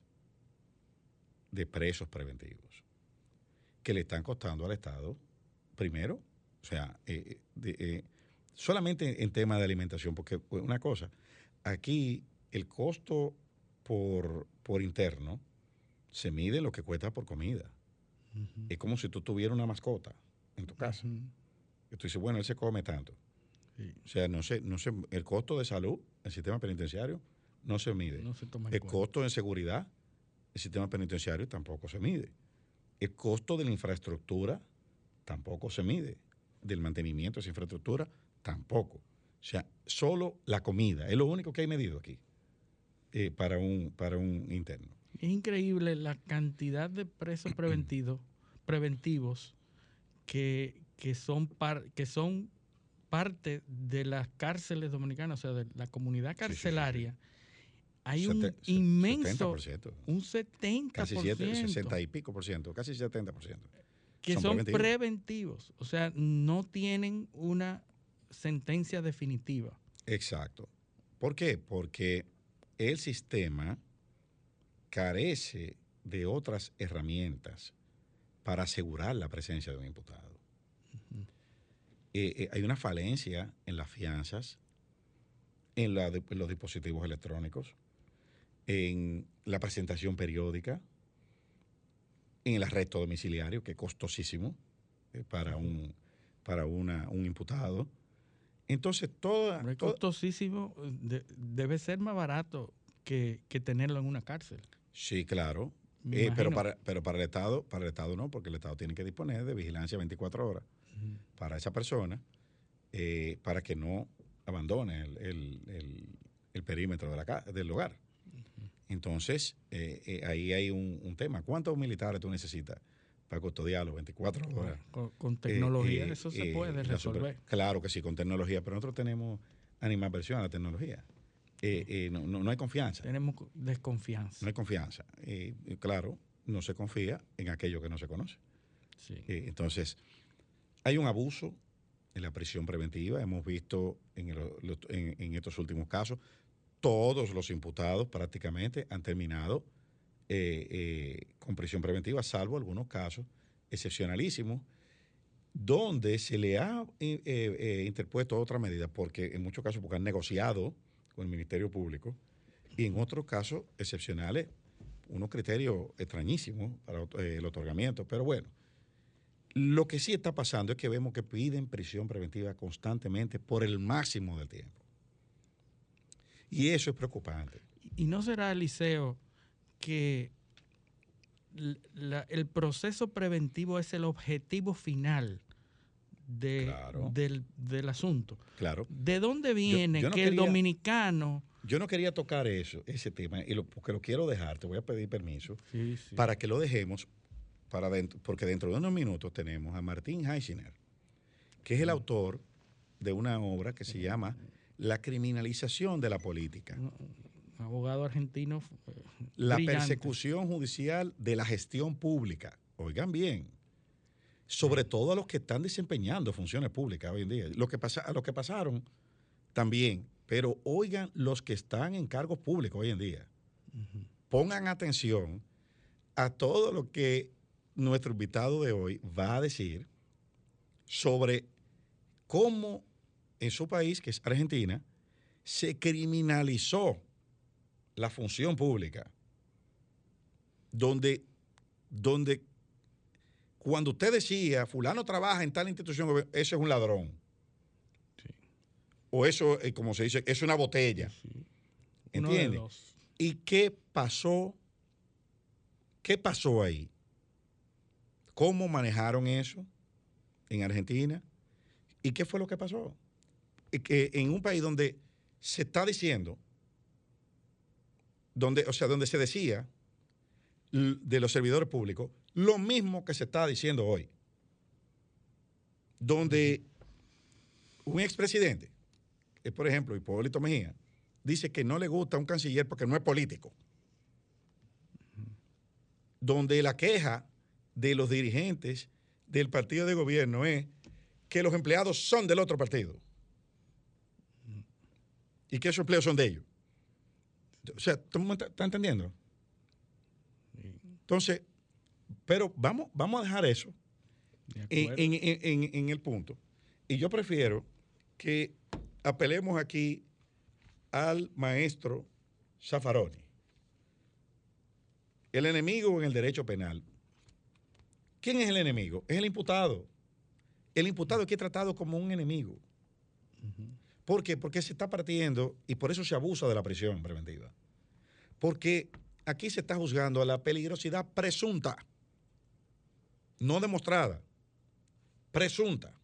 de presos preventivos que le están costando al Estado, primero, o sea, solamente en tema de alimentación, porque una cosa, aquí el costo por interno se mide lo que cuesta por comida. Uh-huh. Es como si tú tuvieras una mascota en tu casa. Uh-huh. Y tú dices, bueno, él se come tanto. Sí. O sea, no sé, el costo de salud, el sistema penitenciario, no se mide. No se toma en cuenta. Costo de seguridad, el sistema penitenciario tampoco se mide. El costo de la infraestructura tampoco se mide. Del mantenimiento de esa infraestructura tampoco. O sea, solo la comida es lo único que hay medido aquí para un interno. Es increíble la cantidad de presos preventivos que son parte de las cárceles dominicanas, o sea, de la comunidad carcelaria. Sí. Hay un inmenso, 70%. Un 70%. Casi 60 y pico por ciento, casi 70%. Que son preventivos, o sea, no tienen una sentencia definitiva. Exacto. ¿Por qué? Porque el sistema carece de otras herramientas para asegurar la presencia de un imputado. Uh-huh. Hay una falencia en las fianzas, en los dispositivos electrónicos, en la presentación periódica, en el arresto domiciliario, que es costosísimo para un imputado. Entonces, es costosísimo, debe ser más barato que tenerlo en una cárcel. Sí, claro. Pero para el Estado no, porque el Estado tiene que disponer de vigilancia 24 horas uh-huh. para esa persona, para que no abandone el perímetro del hogar. Uh-huh. Entonces, ahí hay un tema. ¿Cuántos militares tú necesitas para custodiarlo 24 horas? Con tecnología eso se puede resolver. Claro que sí, con tecnología, pero nosotros tenemos animadversión a la tecnología. No hay confianza. Tenemos desconfianza. No hay confianza. Claro, no se confía en aquello que no se conoce. Sí. Entonces, hay un abuso en la prisión preventiva. Hemos visto en estos últimos casos, todos los imputados prácticamente han terminado con prisión preventiva, salvo algunos casos excepcionalísimos, donde se le ha interpuesto otra medida, porque en muchos casos porque han negociado con el Ministerio Público, y en otros casos excepcionales, unos criterios extrañísimos para el otorgamiento. Pero bueno, lo que sí está pasando es que vemos que piden prisión preventiva constantemente por el máximo del tiempo. Y eso es preocupante. ¿Y no será, Eliseo, que el proceso preventivo es el objetivo final del asunto? Claro. ¿De dónde viene el dominicano? Yo no quería tocar ese tema, porque lo quiero dejar. Te voy a pedir permiso para que lo dejemos, porque dentro de unos minutos tenemos a Martín Heischner, que es el autor de una obra que se llama La criminalización de la política. Un abogado argentino La brillante. Persecución judicial de la gestión pública. Oigan bien. Sobre todo a los que están desempeñando funciones públicas hoy en día. A los que pasaron también. Pero oigan los que están en cargos públicos hoy en día. Uh-huh. Pongan atención a todo lo que nuestro invitado de hoy va a decir sobre cómo en su país, que es Argentina, se criminalizó la función pública, donde cuando usted decía, fulano trabaja en tal institución, ese es un ladrón. o eso, como se dice, es una botella. Uno de ¿Entiendes? dos. ¿Y qué pasó? ¿Qué pasó ahí? ¿Cómo manejaron eso en Argentina? ¿Y qué fue lo que pasó? Que en un país donde se está diciendo, donde se decía de los servidores públicos, lo mismo que se está diciendo hoy. Donde un expresidente, por ejemplo, Hipólito Mejía, dice que no le gusta a un canciller porque no es político. Donde la queja de los dirigentes del partido de gobierno es que los empleados son del otro partido y que esos empleos son de ellos. O sea, ¿tú me estás entendiendo? Entonces, pero vamos a dejar eso en el punto. Y yo prefiero que apelemos aquí al maestro Zaffaroni. El enemigo en el derecho penal. ¿Quién es el enemigo? Es el imputado. El imputado aquí es tratado como un enemigo. ¿Por qué? Porque se está partiendo y por eso se abusa de la prisión preventiva. Porque aquí se está juzgando a la peligrosidad presunta, no demostrada, presunta.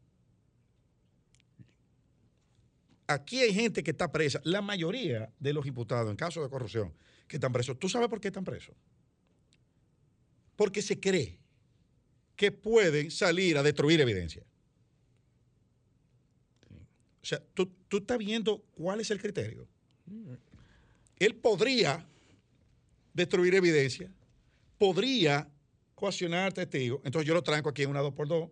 Aquí hay gente que está presa. La mayoría de los imputados en casos de corrupción que están presos, ¿tú sabes por qué están presos? Porque se cree que pueden salir a destruir evidencia. O sea, tú estás viendo cuál es el criterio. Él podría destruir evidencia, podría coaccionar testigos, entonces yo lo tranco aquí en una 2x2,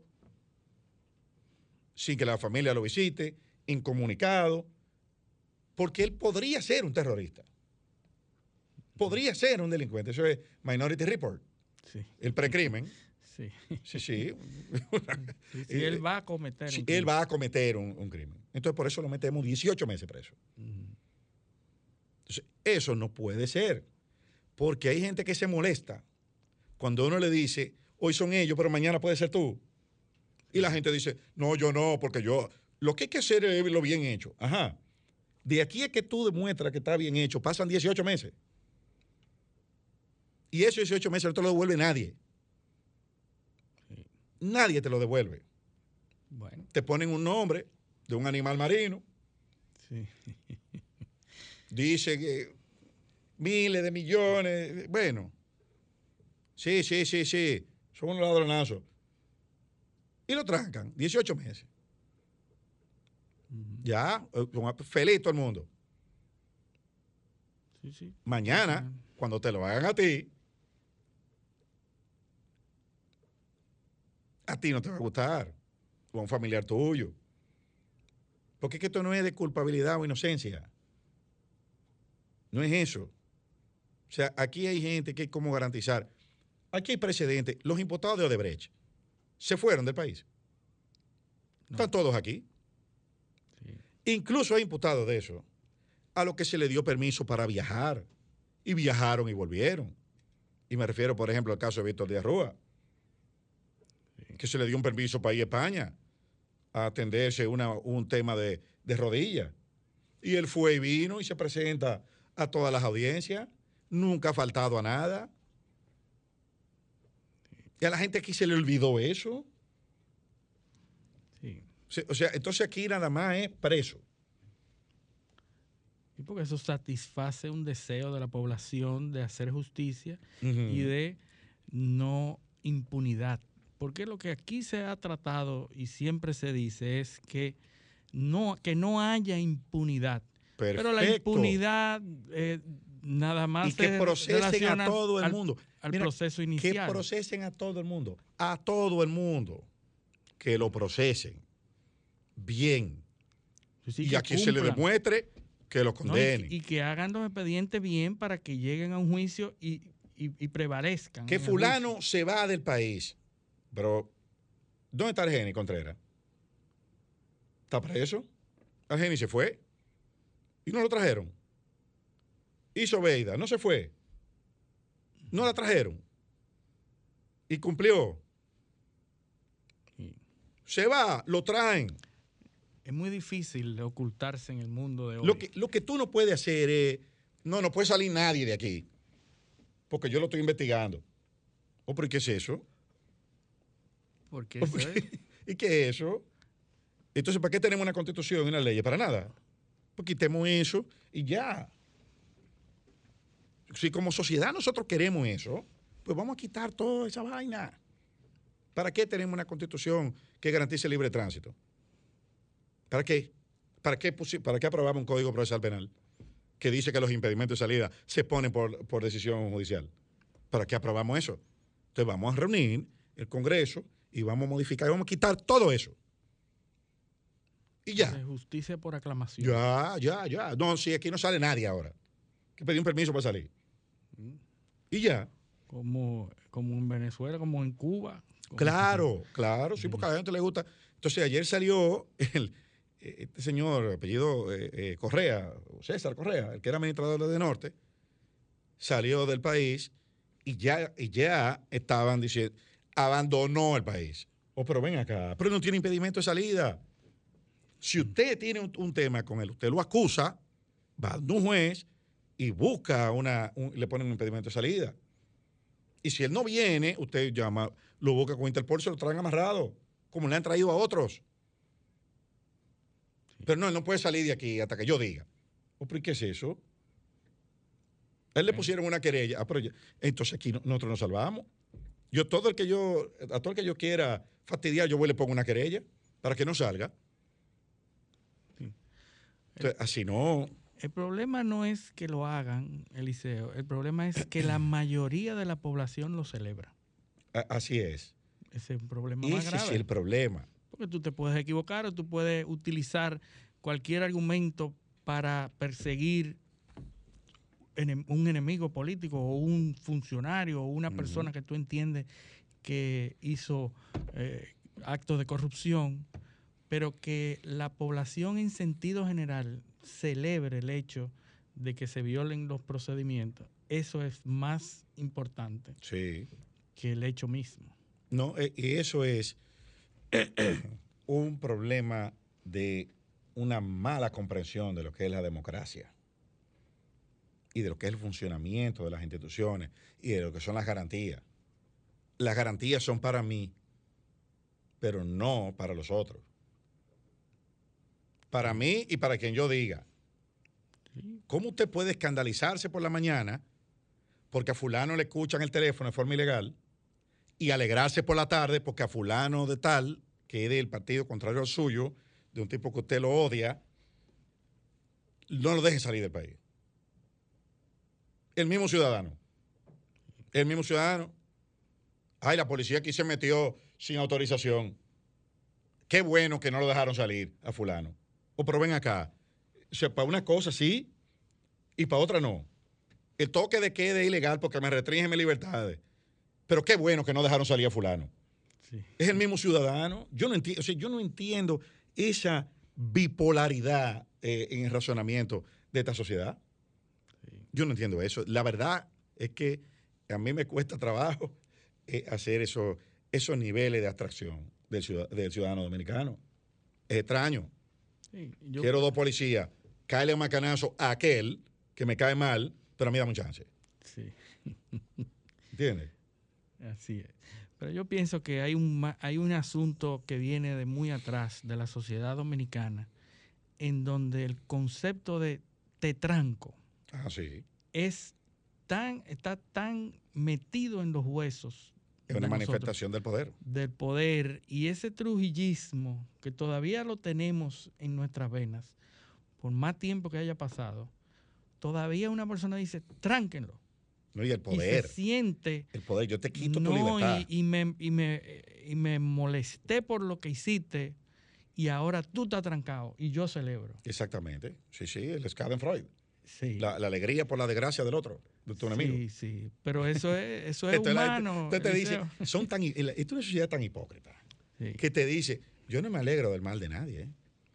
sin que la familia lo visite, incomunicado, porque él podría ser un terrorista, podría ser un delincuente. Eso es Minority Report, Sí. el precrimen. Sí. Sí. Sí, él va a cometer un crimen. Él va a cometer un crimen. Entonces, por eso lo metemos 18 meses preso. Entonces, eso no puede ser. Porque hay gente que se molesta cuando uno le dice, hoy son ellos, pero mañana puede ser tú. Y la gente dice, no, yo no, porque yo... Lo que hay que hacer es lo bien hecho. Ajá. De aquí a que tú demuestras que está bien hecho, pasan 18 meses. Y esos 18 meses no te lo devuelve nadie. Nadie te lo devuelve. Bueno. Te ponen un nombre de un animal marino. Sí. Dice que miles de millones. Bueno. Sí. Son unos ladronazos. Y lo trancan. 18 meses. Ya. Feliz todo el mundo. Sí. Mañana, cuando te lo hagan a ti no te va a gustar, o a un familiar tuyo. Porque es que esto no es de culpabilidad o inocencia. No es eso. O sea, aquí hay gente que hay como garantizar. Aquí hay precedentes. Los imputados de Odebrecht se fueron del país. No. Están todos aquí. Sí. Incluso hay imputados de eso a los que se le dio permiso para viajar. Y viajaron y volvieron. Y me refiero, por ejemplo, al caso de Víctor Díaz Rúa, que se le dio un permiso para ir a España a atenderse un tema de rodilla. Y él fue y vino y se presenta a todas las audiencias. Nunca ha faltado a nada. Y a la gente aquí se le olvidó eso. Sí. O sea, entonces aquí nada más es preso. Y porque eso satisface un deseo de la población de hacer justicia y de no impunidad. Porque lo que aquí se ha tratado y siempre se dice es que no haya impunidad. Perfecto. Pero la impunidad nada más y que procesen a todo el mundo. Al proceso inicial. Que procesen a todo el mundo. A todo el mundo. Que lo procesen bien. Sí, y a quien se le demuestre que lo condenen. Y que hagan los expedientes bien para que lleguen a un juicio y prevalezcan. Que fulano se va del país. Pero, ¿dónde está Argeni Contreras? ¿Está preso? Argeni se fue y no lo trajeron. Y Sobeida no se fue. No la trajeron. Y cumplió. Se va, lo traen. Es muy difícil ocultarse en el mundo de hoy. Lo que tú no puedes hacer es, no puede salir nadie de aquí, porque yo lo estoy investigando. ¿Pero qué es eso? ¿Por qué eso es? ¿Y qué es eso? Entonces, ¿para qué tenemos una constitución y una ley? Para nada. Pues quitemos eso y ya. Si como sociedad nosotros queremos eso, pues vamos a quitar toda esa vaina. ¿Para qué tenemos una constitución que garantice el libre tránsito? ¿Para qué? ¿Para qué aprobamos un código procesal penal que dice que los impedimentos de salida se ponen por decisión judicial? ¿Para qué aprobamos eso? Entonces vamos a reunir el Congreso y vamos a modificar, y vamos a quitar todo eso. Y ya. De justicia por aclamación. Ya. No, si aquí no sale nadie ahora. Que pedí un permiso para salir. Y ya. Como en Venezuela, como en Cuba. Claro, sí, porque a la gente le gusta. Entonces ayer salió este señor, apellido Correa, César Correa, el que era administrador de Norte, salió del país y ya estaban diciendo, abandonó el país. Pero ven acá, pero no tiene impedimento de salida. Si usted tiene un tema con él, usted lo acusa, va a un juez y busca le ponen un impedimento de salida. Y si él no viene, usted llama, lo busca con Interpol, se lo traen amarrado, como le han traído a otros. Sí. Pero no, él no puede salir de aquí hasta que yo diga. ¿Pero qué es eso? A él le pusieron una querella. Entonces aquí nosotros nos salvamos. A todo el que yo quiera fastidiar, yo voy y le pongo una querella para que no salga. Sí. Entonces, así no. El problema no es que lo hagan, Eliseo. El problema es que la mayoría de la población lo celebra. Así es. Ese es un problema más grave. Ese es el problema. Porque tú te puedes equivocar o tú puedes utilizar cualquier argumento para perseguir un enemigo político o un funcionario o una persona que tú entiendes que hizo actos de corrupción, pero que la población en sentido general celebre el hecho de que se violen los procedimientos. Eso es más importante que el hecho mismo. No, y eso es un problema de una mala comprensión de lo que es la democracia y de lo que es el funcionamiento de las instituciones y de lo que son las garantías. Las garantías son para mí, pero no para los otros. Para mí y para quien yo diga. ¿Cómo usted puede escandalizarse por la mañana porque a fulano le escuchan el teléfono de forma ilegal y alegrarse por la tarde porque a fulano de tal, que es del partido contrario al suyo, de un tipo que usted lo odia, no lo dejen salir del país? El mismo ciudadano. Ay, la policía aquí se metió sin autorización. Qué bueno que no lo dejaron salir a fulano. Pero ven acá. O sea, para una cosa sí y para otra no. El toque de queda es ilegal porque me restringen mis libertades. Pero qué bueno que no dejaron salir a fulano. Sí. Es el mismo ciudadano. Yo no entiendo esa bipolaridad en el razonamiento de esta sociedad. Sí. Yo no entiendo eso. La verdad es que a mí me cuesta trabajo hacer esos niveles de abstracción del ciudadano dominicano. Es extraño. Sí, quiero 2 policías, cáele un macanazo a aquel que me cae mal, pero a mí dame un chance. Sí. ¿Entiendes? Así es. Pero yo pienso que hay un asunto que viene de muy atrás de la sociedad dominicana, en donde el concepto de te tranco está tan metido en los huesos. Es una manifestación del poder. Del poder. Y ese trujillismo que todavía lo tenemos en nuestras venas, por más tiempo que haya pasado, todavía una persona dice, tránquenlo. No, y el poder. Y se siente. El poder, yo te quito tu libertad. Y me molesté por lo que hiciste y ahora tú estás trancado y yo celebro. Exactamente. Sí, el Schadenfreude. Sí. La alegría por la desgracia del otro, de tu enemigo. Sí, pero eso es humano. Usted te dice, esto es una sociedad tan hipócrita que te dice, yo no me alegro del mal de nadie.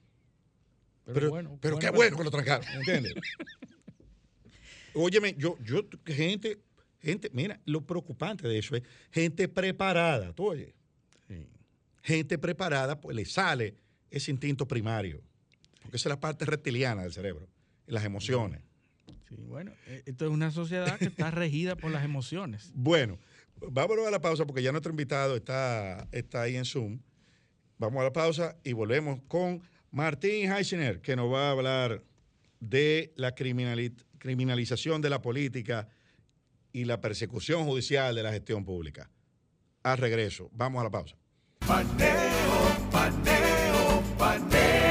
Pero qué bueno que lo trancaron, ¿entiendes? Óyeme, gente, mira, lo preocupante de eso es gente preparada, tú oyes. Sí. Gente preparada, pues le sale ese instinto primario, porque esa es la parte reptiliana del cerebro, las emociones. Sí, bueno, esto es una sociedad que está regida por las emociones. Bueno, vámonos a la pausa porque ya nuestro invitado está ahí en Zoom. Vamos a la pausa y volvemos con Martín Heisner, que nos va a hablar de la criminalización de la política y la persecución judicial de la gestión pública. Al regreso, vamos a la pausa. Paneo, paneo, paneo.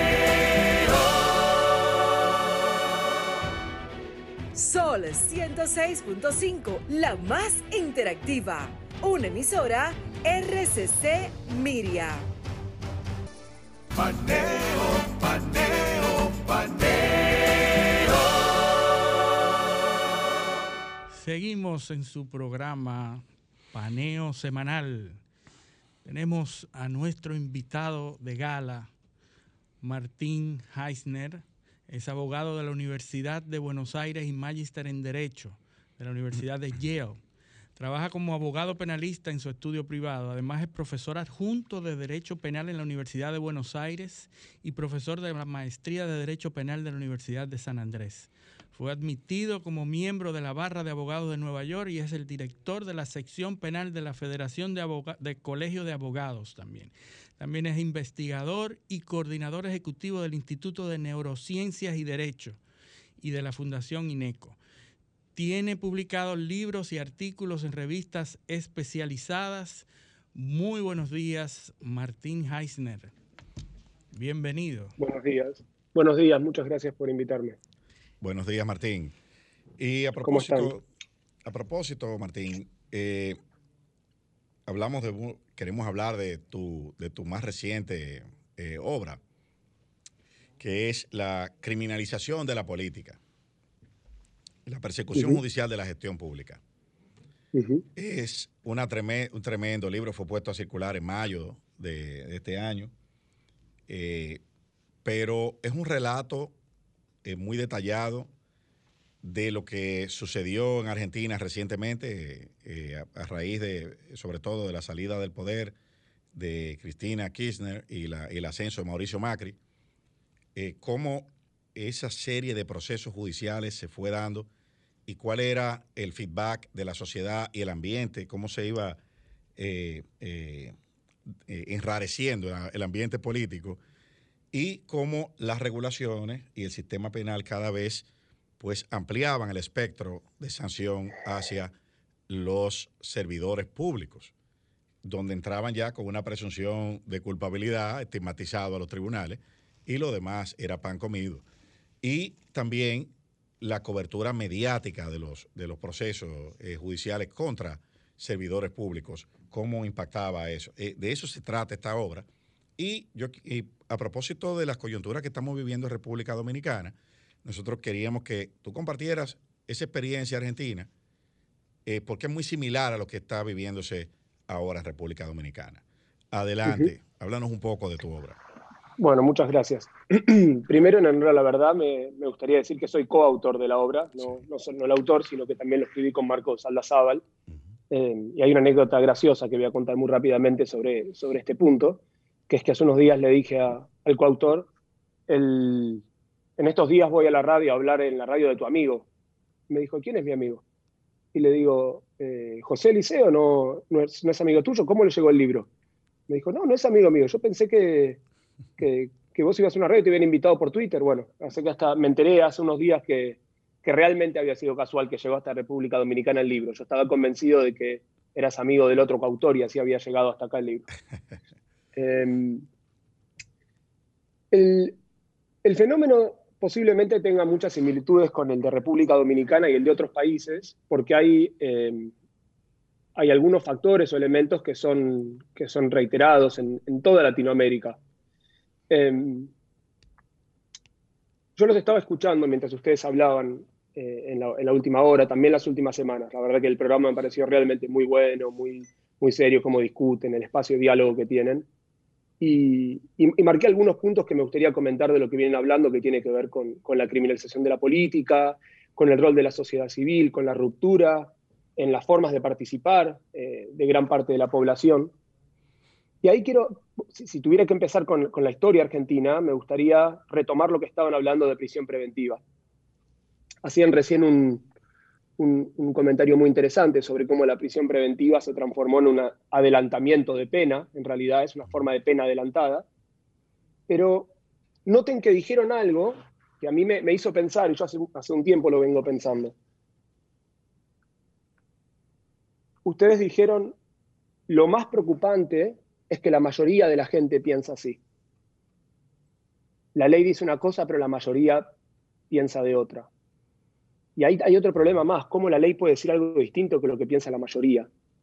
Sol 106.5, la más interactiva. Una emisora RCC Miria. Paneo, paneo, paneo. Seguimos en su programa Paneo Semanal. Tenemos a nuestro invitado de gala, Martín Heisner. Es abogado de la Universidad de Buenos Aires y magíster en Derecho de la Universidad de Yale. Trabaja como abogado penalista en su estudio privado. Además, es profesor adjunto de Derecho Penal en la Universidad de Buenos Aires y profesor de la Maestría de Derecho Penal de la Universidad de San Andrés. Fue admitido como miembro de la Barra de Abogados de Nueva York y es el director de la sección penal de la Federación de Colegio de Abogados también. También es investigador y coordinador ejecutivo del Instituto de Neurociencias y Derecho y de la Fundación INECO. Tiene publicados libros y artículos en revistas especializadas. Muy buenos días, Martín Heisner. Bienvenido. Buenos días. Buenos días, muchas gracias por invitarme. Buenos días, Martín. Y ¿Cómo están? A propósito, Martín, queremos hablar de tu más reciente obra, que es la criminalización de la política, la persecución judicial de la gestión pública. Es un tremendo libro, fue puesto a circular en mayo de este año, pero es un relato muy detallado de lo que sucedió en Argentina recientemente a raíz sobre todo de la salida del poder de Cristina Kirchner y el ascenso de Mauricio Macri, cómo esa serie de procesos judiciales se fue dando y cuál era el feedback de la sociedad y el ambiente, cómo se iba enrareciendo el ambiente político y cómo las regulaciones y el sistema penal cada vez pues ampliaban el espectro de sanción hacia los servidores públicos, donde entraban ya con una presunción de culpabilidad, estigmatizado a los tribunales, y lo demás era pan comido. Y también la cobertura mediática de los procesos judiciales contra servidores públicos, cómo impactaba eso. De eso se trata esta obra. Y a propósito de las coyunturas que estamos viviendo en República Dominicana, nosotros queríamos que tú compartieras esa experiencia argentina, porque es muy similar a lo que está viviéndose ahora en República Dominicana. Adelante, háblanos un poco de tu obra. Bueno, muchas gracias. Primero, en honor a la verdad, me gustaría decir que soy coautor de la obra, no solo el autor, sino que también lo escribí con Marcos Aldazábal. Y hay una anécdota graciosa que voy a contar muy rápidamente sobre este punto, que es que hace unos días le dije al coautor, en estos días voy a la radio a hablar en la radio de tu amigo. Me dijo, ¿quién es mi amigo? Y le digo, José Eliseo, ¿no es amigo tuyo? ¿Cómo le llegó el libro? Me dijo, no es amigo mío. Yo pensé que vos ibas a una radio y te habían invitado por Twitter. Bueno, así que hasta me enteré hace unos días que realmente había sido casual que llegó hasta República Dominicana el libro. Yo estaba convencido de que eras amigo del otro coautor y así había llegado hasta acá el libro. El fenómeno posiblemente tenga muchas similitudes con el de República Dominicana y el de otros países, porque hay algunos factores o elementos que son reiterados en toda Latinoamérica. Yo los estaba escuchando mientras ustedes hablaban en la última hora, también las últimas semanas. La verdad que el programa me pareció realmente muy bueno, muy serio, cómo discuten, el espacio de diálogo que tienen. Y marqué algunos puntos que me gustaría comentar de lo que vienen hablando, que tiene que ver con la criminalización de la política, con el rol de la sociedad civil, con la ruptura en las formas de participar de gran parte de la población. Y ahí quiero, si tuviera que empezar con la historia argentina, me gustaría retomar lo que estaban hablando de prisión preventiva. Hacían recién un comentario muy interesante sobre cómo la prisión preventiva se transformó en un adelantamiento de pena, en realidad es una forma de pena adelantada, pero noten que dijeron algo que a mí me hizo pensar, y yo hace un tiempo lo vengo pensando. Ustedes dijeron, lo más preocupante es que la mayoría de la gente piensa así. La ley dice una cosa, pero la mayoría piensa de otra. Y ahí hay otro problema más, cómo la ley puede decir algo distinto que lo que piensa la mayoría.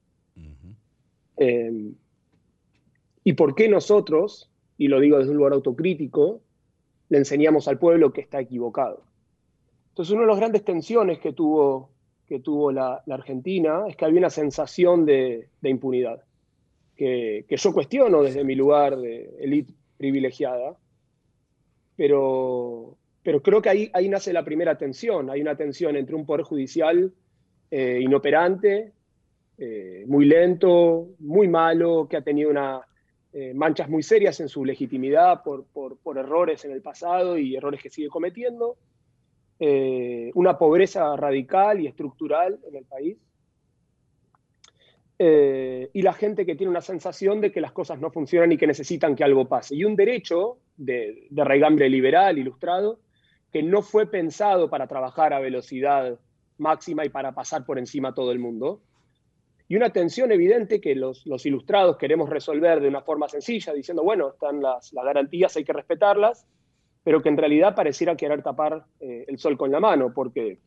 Y por qué nosotros, y lo digo desde un lugar autocrítico, le enseñamos al pueblo que está equivocado. Entonces, una de las grandes tensiones que tuvo la Argentina es que había una sensación de impunidad, que yo cuestiono desde mi lugar de élite privilegiada, pero creo que ahí nace la primera tensión. Hay una tensión entre un poder judicial inoperante, muy lento, muy malo, que ha tenido manchas muy serias en su legitimidad por errores en el pasado y errores que sigue cometiendo, una pobreza radical y estructural en el país, y la gente que tiene una sensación de que las cosas no funcionan y que necesitan que algo pase. Y un derecho de raigambre liberal, ilustrado, que no fue pensado para trabajar a velocidad máxima y para pasar por encima a todo el mundo. Y una tensión evidente que los ilustrados queremos resolver de una forma sencilla, diciendo, bueno, están las garantías, hay que respetarlas, pero que en realidad pareciera querer tapar el sol con la mano, porque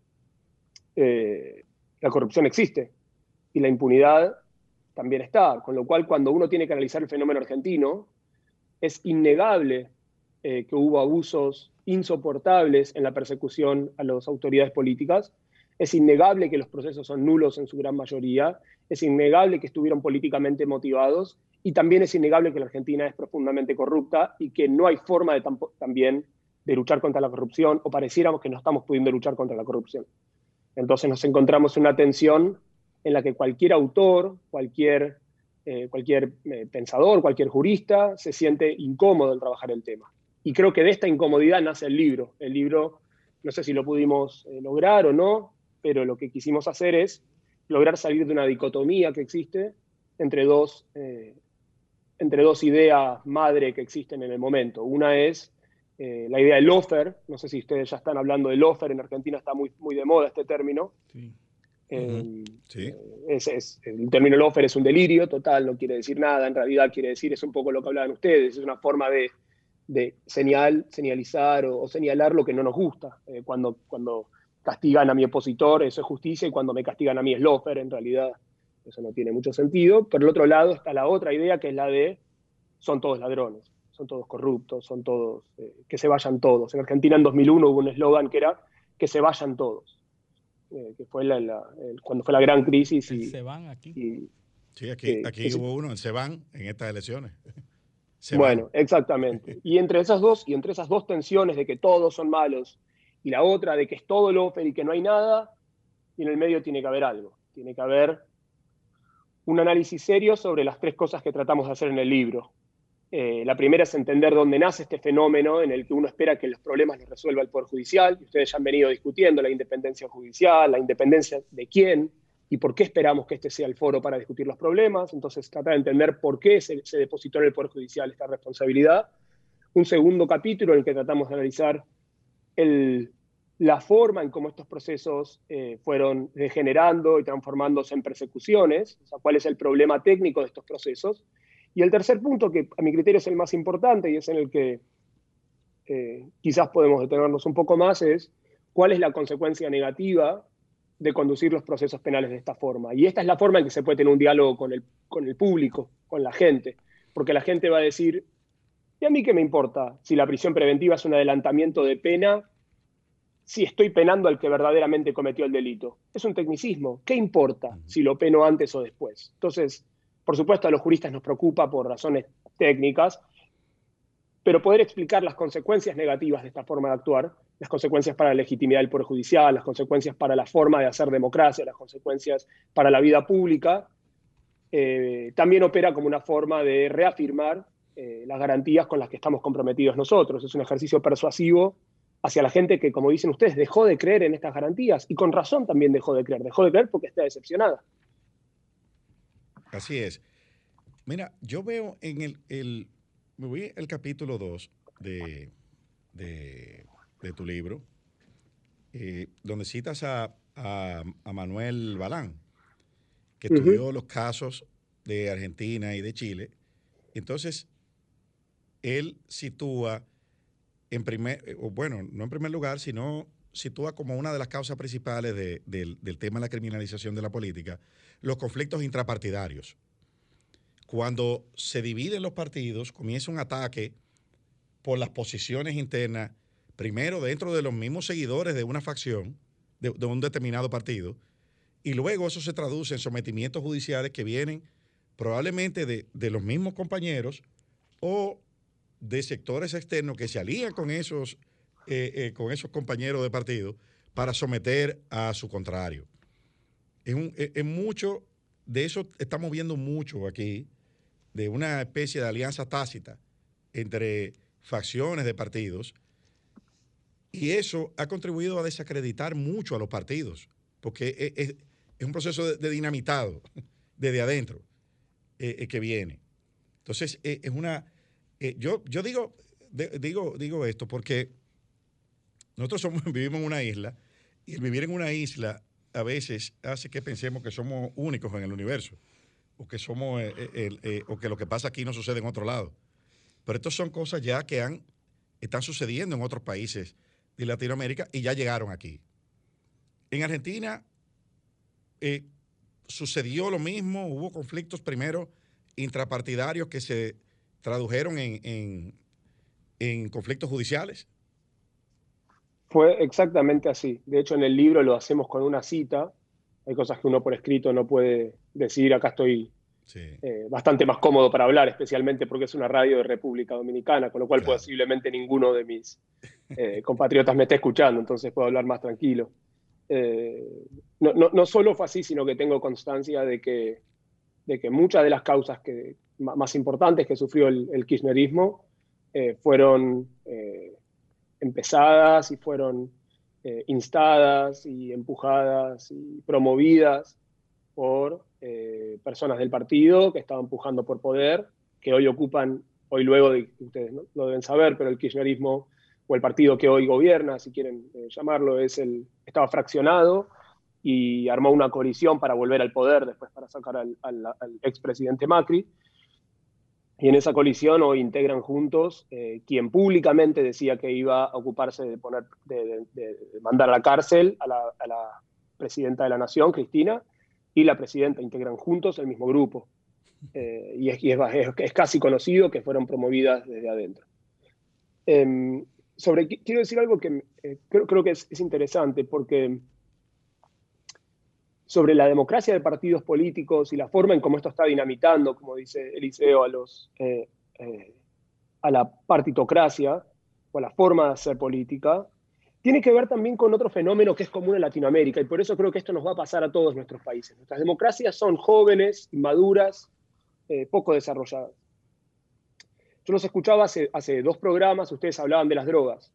la corrupción existe y la impunidad también está. Con lo cual, cuando uno tiene que analizar el fenómeno argentino, es innegable que hubo abusos insoportables en la persecución a las autoridades políticas. Es innegable que los procesos son nulos en su gran mayoría, es innegable que estuvieron políticamente motivados, y también es innegable que la Argentina es profundamente corrupta y que no hay forma también de luchar contra la corrupción, o pareciéramos que no estamos pudiendo luchar contra la corrupción. Entonces nos encontramos en una tensión en la que cualquier autor, cualquier pensador, cualquier jurista se siente incómodo al trabajar el tema. Y creo que de esta incomodidad nace el libro. El libro, no sé si lo pudimos lograr o no, pero lo que quisimos hacer es lograr salir de una dicotomía que existe entre dos ideas madre que existen en el momento. Una es la idea del lawfare. No sé si ustedes ya están hablando del lawfare, en Argentina está muy, muy de moda este término. Sí. Sí. El término lawfare es un delirio total, no quiere decir nada, en realidad quiere decir, es un poco lo que hablaban ustedes, es una forma de señalizar o señalar lo que no nos gusta. Cuando castigan a mi opositor, eso es justicia, y cuando me castigan a mí es lawfare. En realidad eso no tiene mucho sentido. Por el otro lado está la otra idea, que es la de son todos ladrones, son todos corruptos, son todos, que se vayan todos. En Argentina en 2001 hubo un eslogan que era que se vayan todos, que fue cuando fue la gran crisis. Se van aquí. Sí, aquí hubo uno, el se van en estas elecciones. Bueno, exactamente. Y entre esas dos tensiones de que todos son malos y la otra de que es todo lawfare y que no hay nada, y en el medio tiene que haber algo. Tiene que haber un análisis serio sobre las tres cosas que tratamos de hacer en el libro. La primera es entender dónde nace este fenómeno en el que uno espera que los problemas los resuelva el Poder Judicial. Y ustedes ya han venido discutiendo la independencia judicial, la independencia de quién y por qué esperamos que este sea el foro para discutir los problemas. Entonces, tratar de entender por qué se depositó en el Poder Judicial esta responsabilidad. Un segundo capítulo en el que tratamos de analizar la forma en cómo estos procesos fueron degenerando y transformándose en persecuciones, o sea, cuál es el problema técnico de estos procesos. Y el tercer punto, que a mi criterio es el más importante y es en el que quizás podemos detenernos un poco más, es cuál es la consecuencia negativa de conducir los procesos penales de esta forma. Y esta es la forma en que se puede tener un diálogo con el público, con la gente, porque la gente va a decir, ¿y a mí qué me importa si la prisión preventiva es un adelantamiento de pena, si estoy penando al que verdaderamente cometió el delito? Es un tecnicismo. ¿Qué importa si lo peno antes o después? Entonces, por supuesto, a los juristas nos preocupa por razones técnicas, pero poder explicar las consecuencias negativas de esta forma de actuar, las consecuencias para la legitimidad del Poder Judicial, las consecuencias para la forma de hacer democracia, las consecuencias para la vida pública, también opera como una forma de reafirmar las garantías con las que estamos comprometidos nosotros. Es un ejercicio persuasivo hacia la gente que, como dicen ustedes, dejó de creer en estas garantías, y con razón también dejó de creer porque está decepcionada. Así es. Mira, yo veo en me voy al capítulo 2 de tu libro, donde citas a Manuel Balán, que estudió los casos de Argentina y de Chile. Entonces, él sitúa no en primer lugar, sino sitúa como una de las causas principales del tema de la criminalización de la política, los conflictos intrapartidarios. Cuando se dividen los partidos, comienza un ataque por las posiciones internas, primero dentro de los mismos seguidores de una facción, de un determinado partido, y luego eso se traduce en sometimientos judiciales que vienen probablemente de los mismos compañeros o de sectores externos que se alían con esos compañeros de partido para someter a su contrario. En mucho de eso estamos viendo mucho aquí, de una especie de alianza tácita entre facciones de partidos, y eso ha contribuido a desacreditar mucho a los partidos, porque es un proceso de dinamitado desde adentro que viene. Entonces, es una... yo digo esto porque nosotros vivimos en una isla, y el vivir en una isla a veces hace que pensemos que somos únicos en el universo, o que somos o que lo que pasa aquí no sucede en otro lado. Pero estas son cosas ya que están sucediendo en otros países de Latinoamérica y ya llegaron aquí. En Argentina sucedió lo mismo, hubo conflictos primero intrapartidarios que se tradujeron en conflictos judiciales. Fue exactamente así. De hecho, en el libro lo hacemos con una cita. Hay cosas que uno por escrito no puede decir. Acá estoy bastante más cómodo para hablar, especialmente porque es una radio de República Dominicana, con lo cual claro, posiblemente ninguno de mis compatriotas me esté escuchando, entonces puedo hablar más tranquilo. No solo fue así, sino que tengo constancia de que muchas de las causas más importantes que sufrió el kirchnerismo fueron empezadas y fueron instadas y empujadas y promovidas por personas del partido que estaban pujando por poder, que hoy ocupan, luego de que ustedes no lo deben saber, pero el kirchnerismo o el partido que hoy gobierna, si quieren llamarlo, estaba fraccionado y armó una coalición para volver al poder, después para sacar al expresidente Macri. Y en esa coalición hoy integran juntos quien públicamente decía que iba a ocuparse de mandar a la cárcel a la presidenta de la Nación, Cristina, y la presidenta. Integran juntos el mismo grupo. Y es casi conocido que fueron promovidas desde adentro. Quiero decir algo que creo que es interesante, porque sobre la democracia de partidos políticos y la forma en cómo esto está dinamitando, como dice Eliseo, a la partitocracia o a la forma de hacer política, tiene que ver también con otro fenómeno que es común en Latinoamérica, y por eso creo que esto nos va a pasar a todos nuestros países. Nuestras democracias son jóvenes, inmaduras, poco desarrolladas. Yo los escuchaba hace 2 programas, ustedes hablaban de las drogas.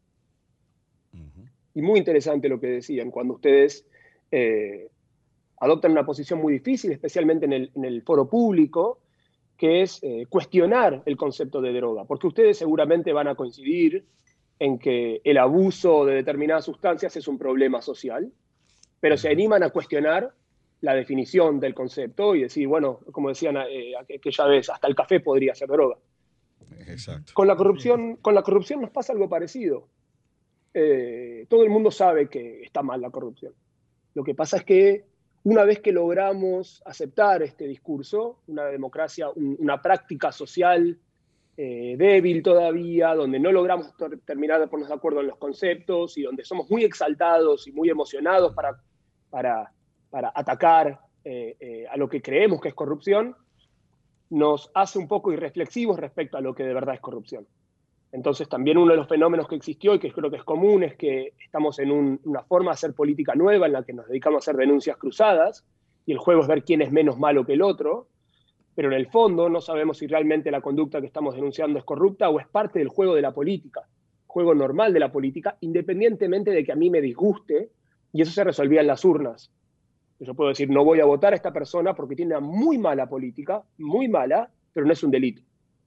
Y muy interesante lo que decían, cuando ustedes adoptan una posición muy difícil, especialmente en el foro público, que es cuestionar el concepto de droga, porque ustedes seguramente van a coincidir en que el abuso de determinadas sustancias es un problema social, pero se animan a cuestionar la definición del concepto y decir, bueno, como decían aquella vez, hasta el café podría ser droga. Exacto. Con la corrupción nos pasa algo parecido. Todo el mundo sabe que está mal la corrupción. Lo que pasa es que una vez que logramos aceptar este discurso, una democracia, una práctica social débil todavía, donde no logramos terminar de ponernos de acuerdo en los conceptos y donde somos muy exaltados y muy emocionados para atacar a lo que creemos que es corrupción, nos hace un poco irreflexivos respecto a lo que de verdad es corrupción. Entonces también uno de los fenómenos que existió y que creo que es común es que estamos en una forma de hacer política nueva en la que nos dedicamos a hacer denuncias cruzadas y el juego es ver quién es menos malo que el otro, pero en el fondo no sabemos si realmente la conducta que estamos denunciando es corrupta o es parte del juego de la política, juego normal de la política, independientemente de que a mí me disguste, y eso se resolvía en las urnas. Yo puedo decir, no voy a votar a esta persona porque tiene una muy mala política, muy mala, pero no es un delito.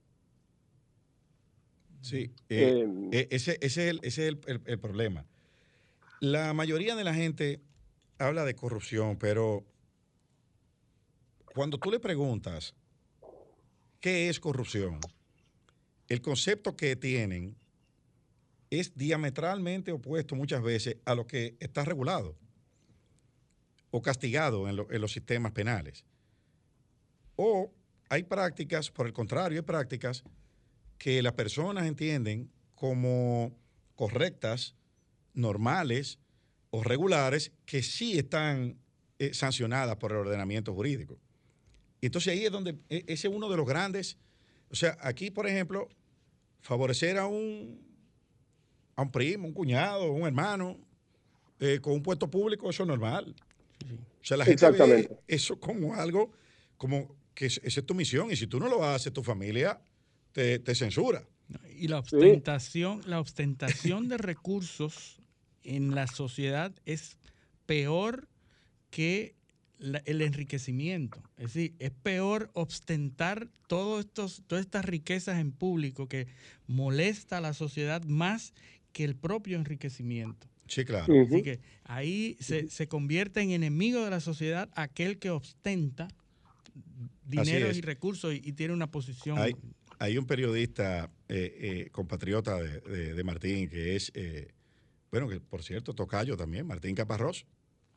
Sí, ese es el problema. La mayoría de la gente habla de corrupción, pero cuando tú le preguntas qué es corrupción, el concepto que tienen es diametralmente opuesto muchas veces a lo que está regulado o castigado en los sistemas penales. O hay prácticas, por el contrario, hay prácticas que las personas entienden como correctas, normales o regulares, que sí están sancionadas por el ordenamiento jurídico. Y entonces ahí es donde, ese es uno de los grandes, o sea, aquí, por ejemplo, favorecer a un primo, un cuñado, un hermano, con un puesto público, eso es normal. O sea, la gente ve eso como algo, como que esa es tu misión, y si tú no lo haces, tu familia te censura. Y la ostentación de recursos en la sociedad es peor que el enriquecimiento. Es decir, es peor ostentar todas estas riquezas en público, que molesta a la sociedad más que el propio enriquecimiento. Sí, claro. Así que ahí se convierte en enemigo de la sociedad aquel que ostenta dinero y recursos y tiene una posición. Hay un periodista compatriota de Martín, que es, bueno, que por cierto, tocayo también, Martín Caparrós,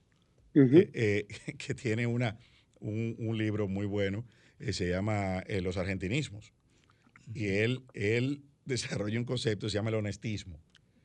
que tiene un libro muy bueno, se llama Los argentinismos. Y él desarrolla un concepto que se llama el honestismo.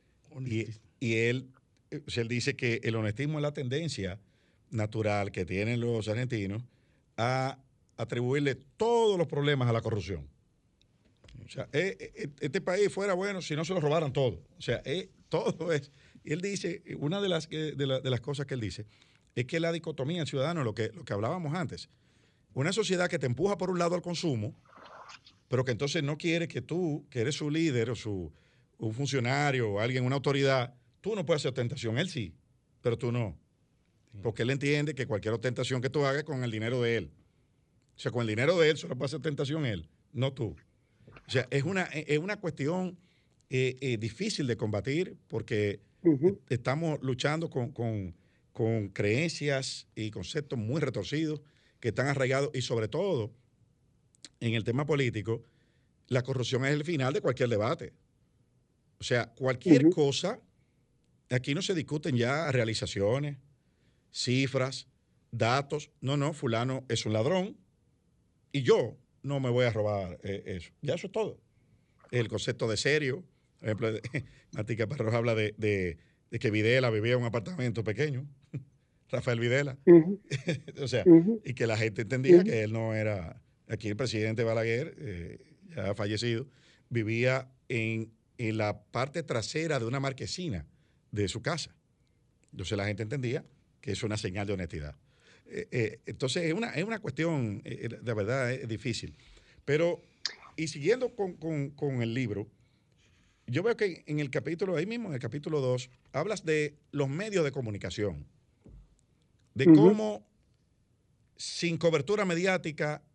Y él dice que el honestismo es la tendencia natural que tienen los argentinos a atribuirle todos los problemas a la corrupción. O sea, este país fuera bueno si no se lo robaran todo. O sea, todo es. Y él dice, una de las cosas que él dice es que la dicotomía en ciudadano, lo que hablábamos antes, una sociedad que te empuja por un lado al consumo, pero que entonces no quiere que tú, que eres su líder o un funcionario o alguien, una autoridad, tú no puedes hacer ostentación. Él sí, pero tú no. Porque él entiende que cualquier ostentación que tú hagas es con el dinero de él. O sea, con el dinero de él solo puede hacer ostentación él, no tú. O sea, es una cuestión difícil de combatir, porque estamos luchando con creencias y conceptos muy retorcidos que están arraigados, y sobre todo en el tema político, la corrupción es el final de cualquier debate. O sea, cualquier cosa, aquí no se discuten ya realizaciones, cifras, datos. No, fulano es un ladrón y yo no me voy a robar eso. Ya eso es todo. El concepto de serio, por ejemplo, Martín Caparrós habla de que Videla vivía en un apartamento pequeño, Rafael Videla. O sea, y que la gente entendía que él no era. Aquí el presidente Balaguer, ya fallecido, vivía en la parte trasera de una marquesina de su casa. Entonces la gente entendía que eso es una señal de honestidad. Entonces es una cuestión, de verdad, es difícil. Pero, y siguiendo con el libro, yo veo que en el capítulo, ahí mismo en el capítulo 2, hablas de los medios de comunicación, de cómo sin cobertura mediática,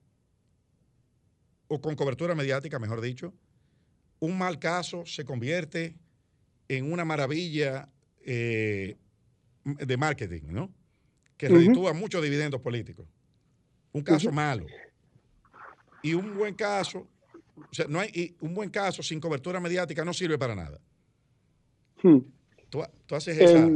o con cobertura mediática, mejor dicho, un mal caso se convierte en una maravilla de marketing, ¿no? Que reditúa muchos dividendos políticos. Un caso malo. Y un buen caso, o sea, un buen caso sin cobertura mediática no sirve para nada. Tú haces esa.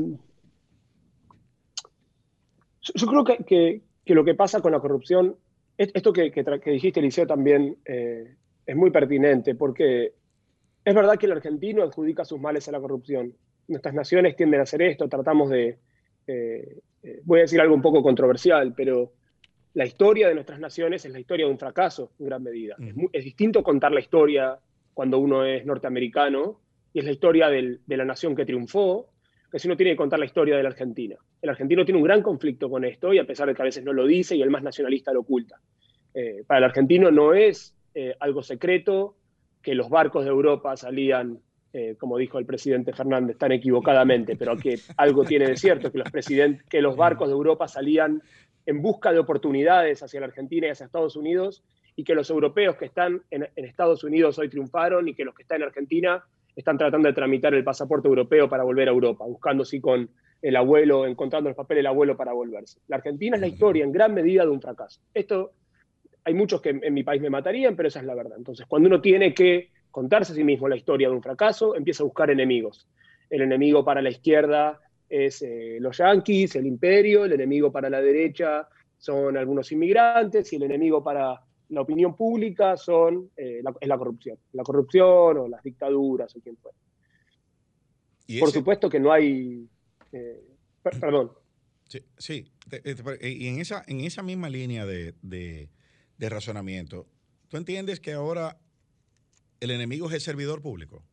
Yo creo que lo que pasa con la corrupción, esto que dijiste, Eliseo, también es muy pertinente, porque es verdad que el argentino adjudica sus males a la corrupción. Nuestras naciones tienden a hacer esto, tratamos de, voy a decir algo un poco controversial, pero la historia de nuestras naciones es la historia de un fracaso en gran medida. Es distinto contar la historia cuando uno es norteamericano y es la historia de la nación que triunfó, que si uno tiene que contar la historia de la Argentina. El argentino tiene un gran conflicto con esto, y a pesar de que a veces no lo dice y el más nacionalista lo oculta. Para el argentino no es algo secreto que los barcos de Europa salían, como dijo el presidente Fernández, tan equivocadamente, pero que algo tiene de cierto, que los barcos de Europa salían en busca de oportunidades hacia la Argentina y hacia Estados Unidos, y que los europeos que están en Estados Unidos hoy triunfaron, y que los que están en Argentina están tratando de tramitar el pasaporte europeo para volver a Europa, buscando sí con el abuelo, encontrando el papel del abuelo para volverse. La Argentina es la historia en gran medida de un fracaso. Esto, hay muchos que en mi país me matarían, pero esa es la verdad. Entonces, cuando uno tiene que contarse a sí mismo la historia de un fracaso, empieza a buscar enemigos. El enemigo para la izquierda es los yanquis, el imperio, el enemigo para la derecha son algunos inmigrantes, y el enemigo para la opinión pública es la corrupción. La corrupción o las dictaduras o quien fuera. Por supuesto que no hay... perdón. Sí. Y en esa misma línea de razonamiento, ¿tú entiendes que ahora el enemigo es el servidor público?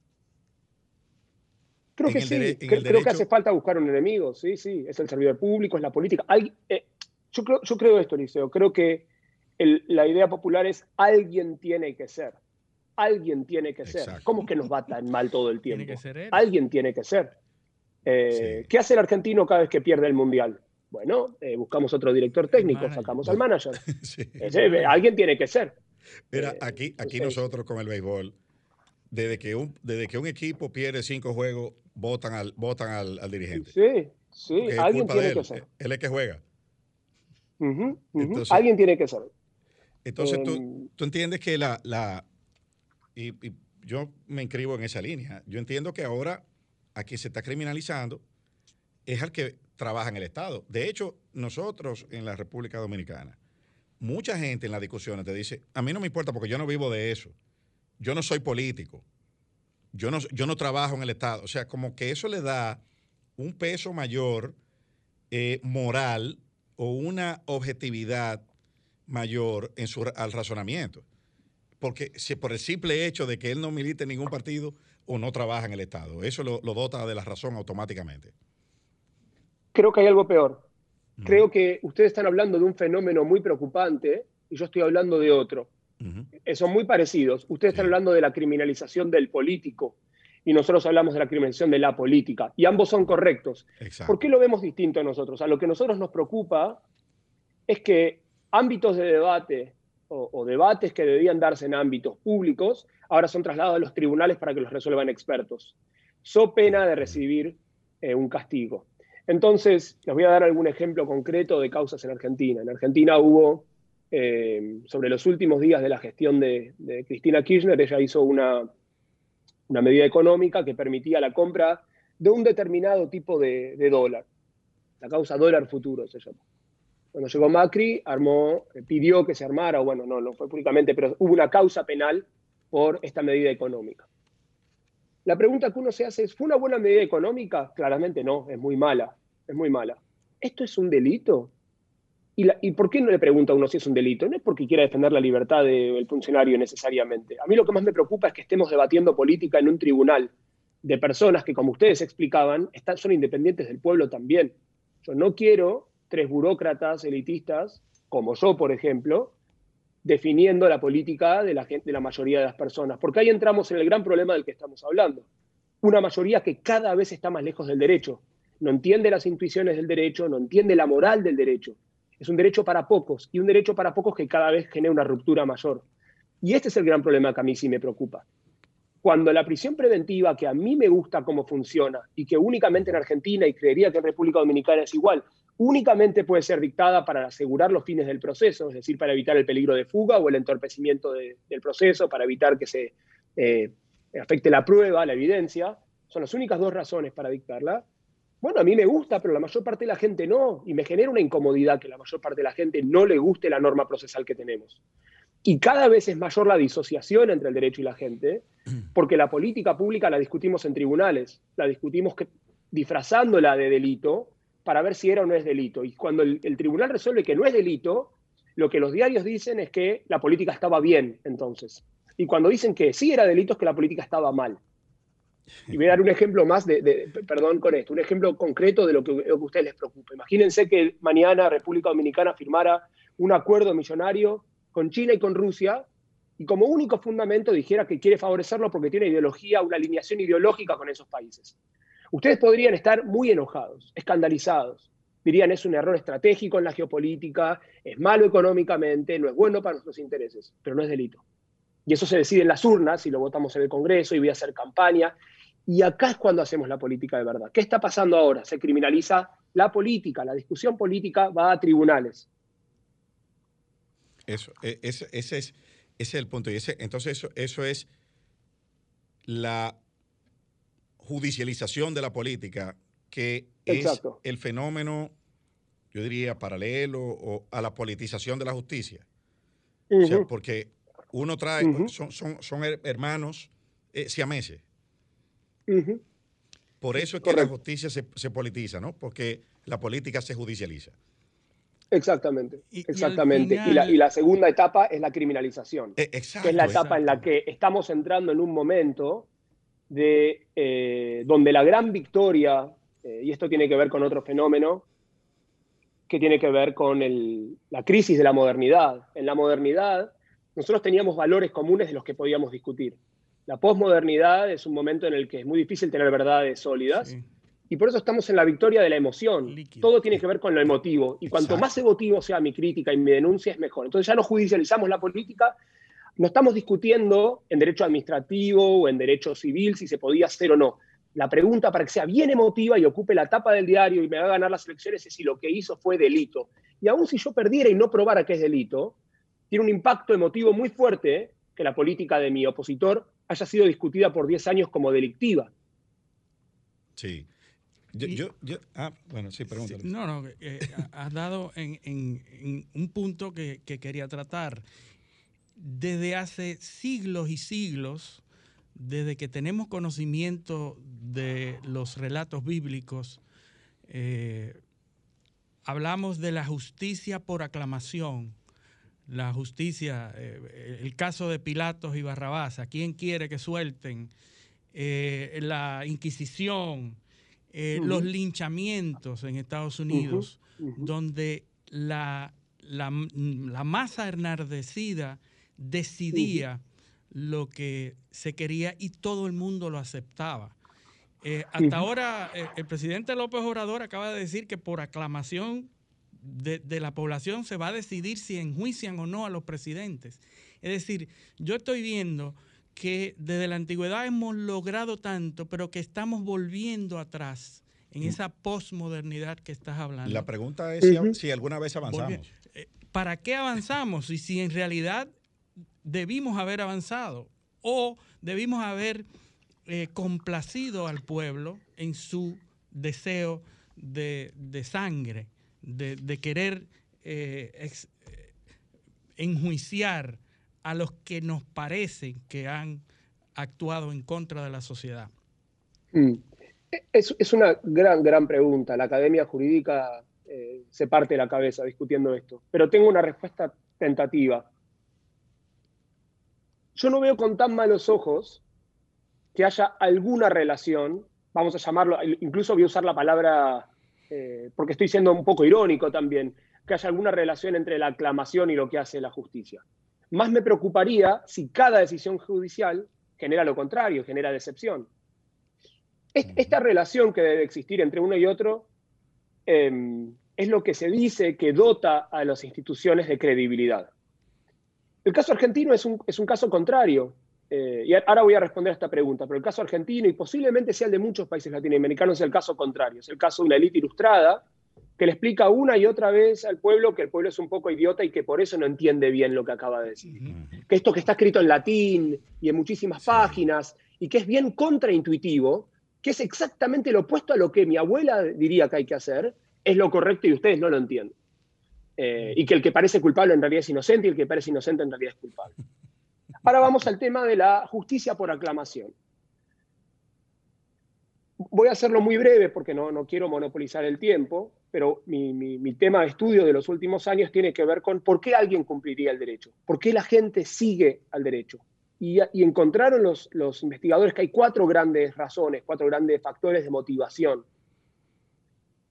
Creo que sí. Creo que hace falta buscar un enemigo. Sí, es el servidor público, es la política. Yo creo esto, Liceo. Creo que la idea popular es alguien tiene que ser. Alguien tiene que ser. Exacto. ¿Cómo es que nos va tan mal todo el tiempo? Tiene que ser él. Alguien tiene que ser. Sí. ¿Qué hace el argentino cada vez que pierde el Mundial? Bueno, buscamos otro director técnico, sacamos al manager. Sí. Alguien tiene que ser. Mira, aquí nosotros con el béisbol, desde que un equipo pierde 5 juegos, votan al dirigente. Sí, alguien tiene que ser. Él es que juega. Entonces, alguien tiene que ser. Entonces tú entiendes que y yo me inscribo en esa línea. Yo entiendo que ahora a quien se está criminalizando es al que trabaja en el Estado. De hecho, nosotros en la República Dominicana, mucha gente en las discusiones te dice, a mí no me importa porque yo no vivo de eso. Yo no soy político. Yo no trabajo en el Estado. O sea, como que eso le da un peso mayor moral o una objetividad mayor al razonamiento. Porque por el simple hecho de que él no milite en ningún partido o no trabaja en el Estado. Eso lo dota de la razón automáticamente. Creo que hay algo peor. Creo que ustedes están hablando de un fenómeno muy preocupante y yo estoy hablando de otro. Son muy parecidos. Ustedes están hablando de la criminalización del político y nosotros hablamos de la criminalización de la política. Y ambos son correctos. Exacto. ¿Por qué lo vemos distinto a nosotros? A lo que a nosotros nos preocupa es que ámbitos de debate o debates que debían darse en ámbitos públicos ahora son trasladados a los tribunales para que los resuelvan expertos, so pena de recibir un castigo. Entonces, les voy a dar algún ejemplo concreto de causas en Argentina. En Argentina hubo, sobre los últimos días de la gestión de Cristina Kirchner, ella hizo una medida económica que permitía la compra de un determinado tipo de dólar. La causa dólar futuro se llama. Cuando llegó Macri, pidió que se armara, bueno, no fue públicamente, pero hubo una causa penal por esta medida económica. La pregunta que uno se hace es, ¿fue una buena medida económica? Claramente no, es muy mala, es muy mala. ¿Esto es un delito? ¿Y por qué no le pregunta a uno si es un delito? No es porque quiera defender la libertad del funcionario necesariamente. A mí lo que más me preocupa es que estemos debatiendo política en un tribunal de personas que, como ustedes explicaban, son independientes del pueblo también. Yo no quiero 3 burócratas elitistas, como yo, por ejemplo, definiendo la política de la mayoría de las personas. Porque ahí entramos en el gran problema del que estamos hablando. Una mayoría que cada vez está más lejos del derecho. No entiende las intuiciones del derecho, no entiende la moral del derecho. Es un derecho para pocos, y un derecho para pocos que cada vez genera una ruptura mayor. Y este es el gran problema que a mí sí me preocupa. Cuando la prisión preventiva, que a mí me gusta cómo funciona, y que únicamente en Argentina, y creería que en República Dominicana es igual, únicamente puede ser dictada para asegurar los fines del proceso, es decir, para evitar el peligro de fuga o el entorpecimiento del proceso, para evitar que se afecte la prueba, la evidencia, son las únicas 2 razones para dictarla. Bueno, a mí me gusta, pero la mayor parte de la gente no, y me genera una incomodidad que la mayor parte de la gente no le guste la norma procesal que tenemos. Y cada vez es mayor la disociación entre el derecho y la gente, porque la política pública la discutimos en tribunales, la discutimos disfrazándola de delito para ver si era o no es delito. Y cuando el tribunal resuelve que no es delito, lo que los diarios dicen es que la política estaba bien, entonces. Y cuando dicen que sí era delito es que la política estaba mal. Y voy a dar un ejemplo más perdón con esto, un ejemplo concreto de lo que a ustedes les preocupa. Imagínense que mañana República Dominicana firmara un acuerdo millonario con China y con Rusia, y como único fundamento dijera que quiere favorecerlo porque tiene ideología, una alineación ideológica con esos países. Ustedes podrían estar muy enojados, escandalizados. Dirían, es un error estratégico en la geopolítica, es malo económicamente, no es bueno para nuestros intereses, pero no es delito. Y eso se decide en las urnas, y lo votamos en el Congreso, y voy a hacer campaña. Y acá es cuando hacemos la política de verdad. ¿Qué está pasando ahora? Se criminaliza la política, la discusión política va a tribunales. Ese es el punto. Entonces eso es la judicialización de la política, que Exacto. es el fenómeno, yo diría, paralelo a la politización de la justicia. O sea, porque uno trae, son hermanos siameses. Por eso es que la justicia se politiza, ¿no? Porque la política se judicializa. Exactamente, exactamente. Y la segunda etapa es la criminalización. Exacto. Que es la etapa en la que estamos entrando en un momento donde la gran victoria, y esto tiene que ver con otro fenómeno, que tiene que ver con la crisis de la modernidad. En la modernidad, nosotros teníamos valores comunes de los que podíamos discutir. La posmodernidad es un momento en el que es muy difícil tener verdades sólidas, sí. Y por eso estamos en la victoria de la emoción. Líquido. Todo tiene que ver con lo emotivo. Y cuanto más emotivo sea mi crítica y mi denuncia, es mejor. Entonces ya no judicializamos la política, no estamos discutiendo en derecho administrativo o en derecho civil si se podía hacer o no. La pregunta, para que sea bien emotiva y ocupe la tapa del diario y me haga ganar las elecciones, es si lo que hizo fue delito. Y aún si yo perdiera y no probara que es delito, tiene un impacto emotivo muy fuerte que la política de mi opositor haya sido discutida por 10 años como delictiva. Sí. Bueno, sí, pregúntale. Sí, no, has dado en un punto que quería tratar. Desde hace siglos y siglos, desde que tenemos conocimiento de los relatos bíblicos, hablamos de la justicia por aclamación. La justicia, el caso de Pilatos y Barrabás, ¿a quién quiere que suelten? La Inquisición, los linchamientos en Estados Unidos, donde la masa enardecida decidía lo que se quería y todo el mundo lo aceptaba. Hasta ahora, el presidente López Obrador acaba de decir que por aclamación de la población se va a decidir si enjuician o no a los presidentes. Es decir, yo estoy viendo que desde la antigüedad hemos logrado tanto, pero que estamos volviendo atrás en esa posmodernidad que estás hablando. La pregunta es si alguna vez avanzamos. ¿Para qué avanzamos? Y si en realidad debimos haber avanzado o debimos haber complacido al pueblo en su deseo de sangre, de querer enjuiciar a los que nos parece que han actuado en contra de la sociedad. Es una gran pregunta. La academia jurídica se parte la cabeza discutiendo esto. Pero tengo una respuesta tentativa. Yo no veo con tan malos ojos que haya alguna relación, vamos a llamarlo, incluso voy a usar la palabra, porque estoy siendo un poco irónico también, que haya alguna relación entre la aclamación y lo que hace la justicia. Más me preocuparía si cada decisión judicial genera lo contrario, genera decepción. Esta relación que debe existir entre uno y otro es lo que se dice que dota a las instituciones de credibilidad. El caso argentino es un caso contrario. Y ahora voy a responder a esta pregunta, pero el caso argentino, y posiblemente sea el de muchos países latinoamericanos, es el caso contrario. Es el caso de una élite ilustrada que le explica una y otra vez al pueblo que el pueblo es un poco idiota y que por eso no entiende bien lo que acaba de decir. Que esto que está escrito en latín y en muchísimas páginas, y que es bien contraintuitivo, que es exactamente lo opuesto a lo que mi abuela diría que hay que hacer, es lo correcto y ustedes no lo entienden. Y que el que parece culpable en realidad es inocente y el que parece inocente en realidad es culpable. Ahora vamos al tema de la justicia por aclamación. Voy a hacerlo muy breve porque no quiero monopolizar el tiempo, pero mi tema de estudio de los últimos años tiene que ver con por qué alguien cumpliría el derecho, por qué la gente sigue al derecho. Y encontraron los investigadores que hay 4 grandes razones, 4 grandes factores de motivación.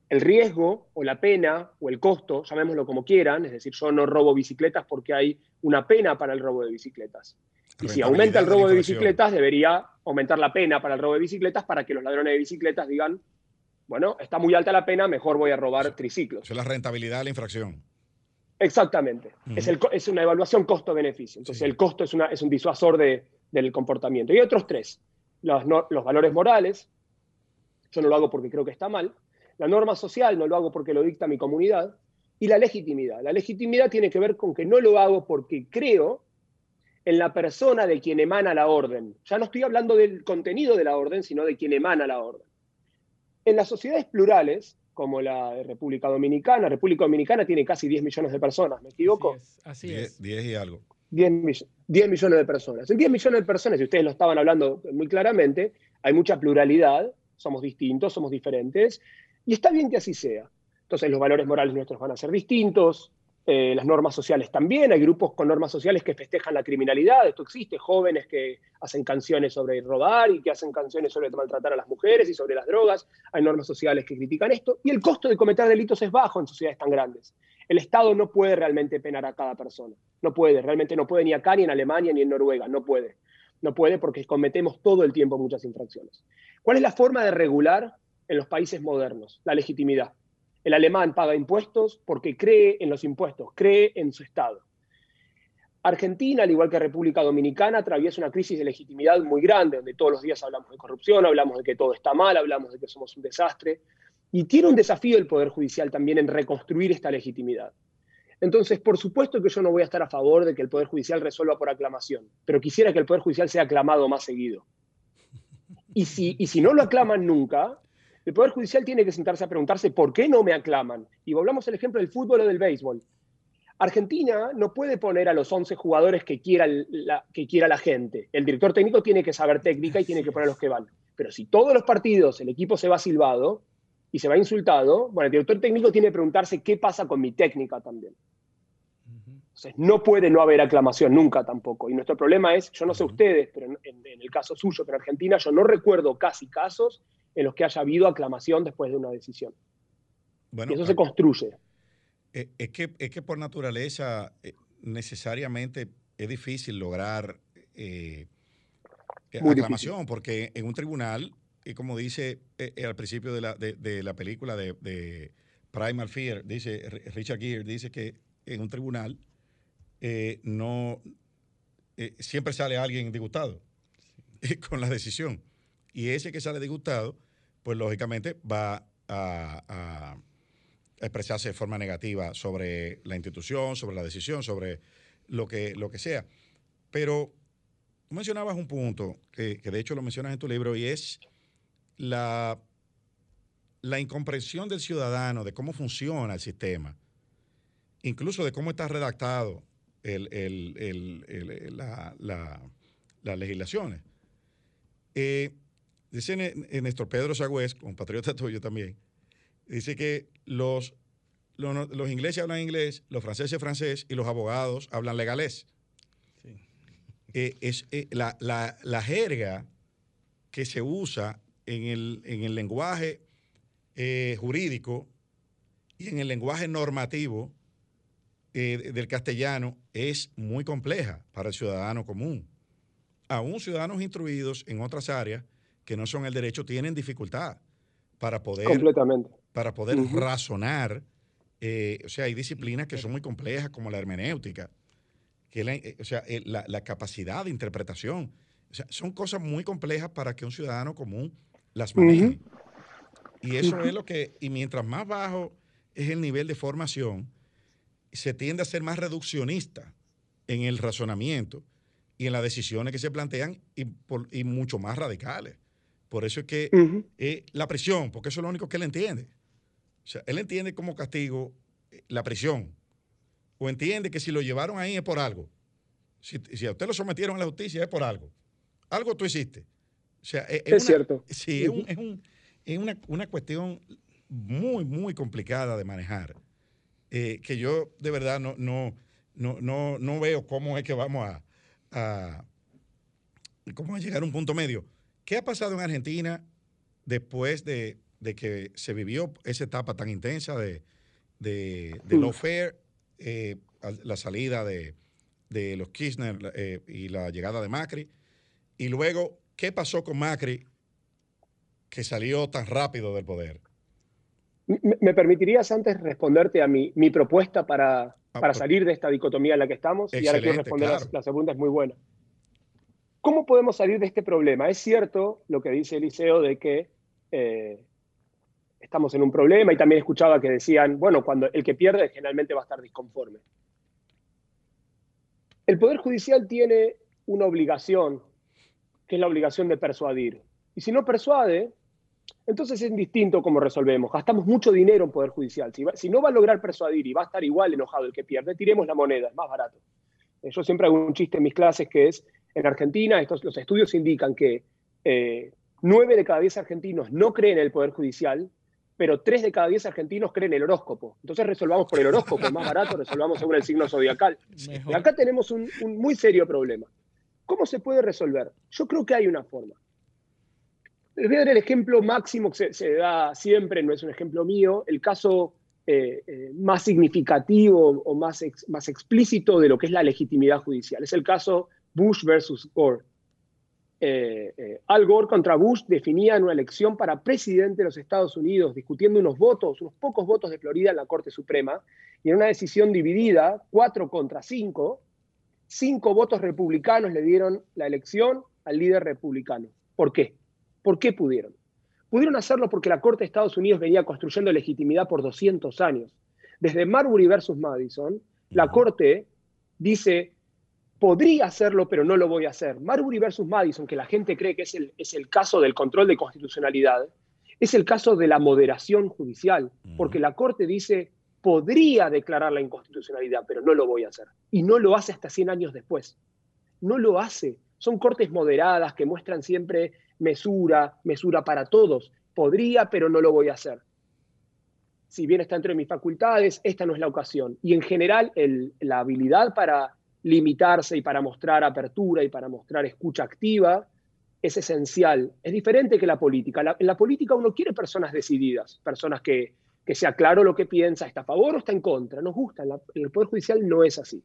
el riesgo o la pena o el costo, llamémoslo como quieran, es decir, yo no robo bicicletas porque hay una pena para el robo de bicicletas. Y si aumenta el robo de bicicletas, debería aumentar la pena para el robo de bicicletas para que los ladrones de bicicletas digan, bueno, está muy alta la pena, mejor voy a robar triciclos. Eso es la rentabilidad de la infracción. Exactamente. Es una evaluación costo-beneficio. Entonces, el costo es un disuasor del comportamiento. Y otros tres. Los valores morales. Yo no lo hago porque creo que está mal. La norma social no lo hago porque lo dicta mi comunidad. Y la legitimidad. La legitimidad tiene que ver con que no lo hago porque creo en la persona de quien emana la orden. Ya no estoy hablando del contenido de la orden, sino de quien emana la orden. En las sociedades plurales, como la República Dominicana tiene casi 10 millones de personas, ¿me equivoco? Así es. 10 y algo. 10 millones de personas. En 10 millones de personas, y ustedes lo estaban hablando muy claramente, hay mucha pluralidad, somos distintos, somos diferentes, y está bien que así sea. Entonces los valores morales nuestros van a ser distintos, las normas sociales también, hay grupos con normas sociales que festejan la criminalidad, esto existe, jóvenes que hacen canciones sobre robar y que hacen canciones sobre maltratar a las mujeres y sobre las drogas, hay normas sociales que critican esto, y el costo de cometer delitos es bajo en sociedades tan grandes. El Estado no puede realmente penar a cada persona, realmente no puede ni acá, ni en Alemania, ni en Noruega, no puede porque cometemos todo el tiempo muchas infracciones. ¿Cuál es la forma de regular en los países modernos? La legitimidad. El alemán paga impuestos porque cree en los impuestos, cree en su Estado. Argentina, al igual que República Dominicana, atraviesa una crisis de legitimidad muy grande, donde todos los días hablamos de corrupción, hablamos de que todo está mal, hablamos de que somos un desastre. Y tiene un desafío el Poder Judicial también en reconstruir esta legitimidad. Entonces, por supuesto que yo no voy a estar a favor de que el Poder Judicial resuelva por aclamación, pero quisiera que el Poder Judicial sea aclamado más seguido. Y si no lo aclaman nunca, el Poder Judicial tiene que sentarse a preguntarse por qué no me aclaman. Y volvamos al ejemplo del fútbol o del béisbol. Argentina no puede poner a los 11 jugadores que quiera la gente. El director técnico tiene que saber técnica y tiene que poner los que van. Pero si todos los partidos el equipo se va silbado y se va insultado, bueno, el director técnico tiene que preguntarse qué pasa con mi técnica también. Entonces, no puede no haber aclamación nunca tampoco. Y nuestro problema es, yo no sé ustedes, pero en el caso suyo, pero en Argentina yo no recuerdo casi casos en los que haya habido aclamación después de una decisión. Bueno, y eso se construye. Es que por naturaleza necesariamente es difícil lograr aclamación, difícil. Porque en un tribunal, y como dice al principio de la película de Primal Fear, dice Richard Gere, dice que en un tribunal siempre sale alguien disgustado con la decisión. Y ese que sale disgustado, pues lógicamente va a expresarse de forma negativa sobre la institución, sobre la decisión, sobre lo que sea. Pero tú mencionabas un punto, que de hecho lo mencionas en tu libro, y es la incomprensión del ciudadano de cómo funciona el sistema, incluso de cómo está redactado las legislaciones. Dice Néstor Pedro Sagüez, compatriota tuyo también, dice que los ingleses hablan inglés, los franceses francés y los abogados hablan legalés. Sí. La jerga que se usa en el lenguaje jurídico y en el lenguaje normativo del castellano es muy compleja para el ciudadano común. Aún ciudadanos instruidos en otras áreas que no son el derecho tienen dificultad para poder razonar. O sea, hay disciplinas que son muy complejas, como la hermenéutica, la capacidad de interpretación. O sea, son cosas muy complejas para que un ciudadano común las maneje. Y eso es lo que, y mientras más bajo es el nivel de formación, se tiende a ser más reduccionista en el razonamiento y en las decisiones que se plantean y mucho más radicales. Por eso es que la prisión, porque eso es lo único que él entiende. O sea, él entiende como castigo la prisión. O entiende que si lo llevaron ahí es por algo. Si a usted lo sometieron a la justicia es por algo. Algo tú hiciste. O sea, es cierto. Sí, es una cuestión muy, muy complicada de manejar. Que yo de verdad no veo cómo es que vamos cómo llegar a un punto medio. ¿Qué ha pasado en Argentina después de de que se vivió esa etapa tan intensa de lawfare, la salida de los Kirchner y la llegada de Macri, y luego, ¿qué pasó con Macri que salió tan rápido del poder? ¿Me permitirías antes responderte a mi propuesta para salir de esta dicotomía en la que estamos? Y ahora quiero responder, claro. La segunda es muy buena. ¿Cómo podemos salir de este problema? Es cierto lo que dice Eliseo de que estamos en un problema, y también escuchaba que decían, bueno, cuando el que pierde generalmente va a estar disconforme. El Poder Judicial tiene una obligación, que es la obligación de persuadir. Y si no persuade, entonces es indistinto cómo resolvemos. Gastamos mucho dinero en Poder Judicial. Si no va a lograr persuadir y va a estar igual enojado el que pierde, tiremos la moneda, es más barato. Yo siempre hago un chiste en mis clases que es, en Argentina, los estudios indican que 9 de cada 10 argentinos no creen en el Poder Judicial, pero 3 de cada 10 argentinos creen en el horóscopo. Entonces resolvamos por el horóscopo, es más barato, resolvamos según el signo zodiacal. Y acá tenemos un muy serio problema. ¿Cómo se puede resolver? Yo creo que hay una forma. Les voy a dar el ejemplo máximo que se da siempre, no es un ejemplo mío, el caso más significativo o más explícito de lo que es la legitimidad judicial. Es el caso Bush versus Gore. Al Gore contra Bush definían una elección para presidente de los Estados Unidos, discutiendo unos pocos votos de Florida en la Corte Suprema, y en una decisión dividida, 4 contra 5, 5 votos republicanos le dieron la elección al líder republicano. ¿Por qué? ¿Por qué pudieron? Pudieron hacerlo porque la Corte de Estados Unidos venía construyendo legitimidad por 200 años. Desde Marbury versus Madison, la Corte dice, podría hacerlo, pero no lo voy a hacer. Marbury versus Madison, que la gente cree que es el caso del control de constitucionalidad, es el caso de la moderación judicial, porque la Corte dice, podría declarar la inconstitucionalidad, pero no lo voy a hacer. Y no lo hace hasta 100 años después. No lo hace. Son cortes moderadas que muestran siempre mesura para todos. Podría, pero no lo voy a hacer. Si bien está dentro de mis facultades, esta no es la ocasión. Y en general, la habilidad para limitarse y para mostrar apertura y para mostrar escucha activa es esencial. Es diferente que la política. En la política uno quiere personas decididas, personas que sea claro lo que piensa, está a favor o está en contra. Nos gusta. En el Poder Judicial no es así.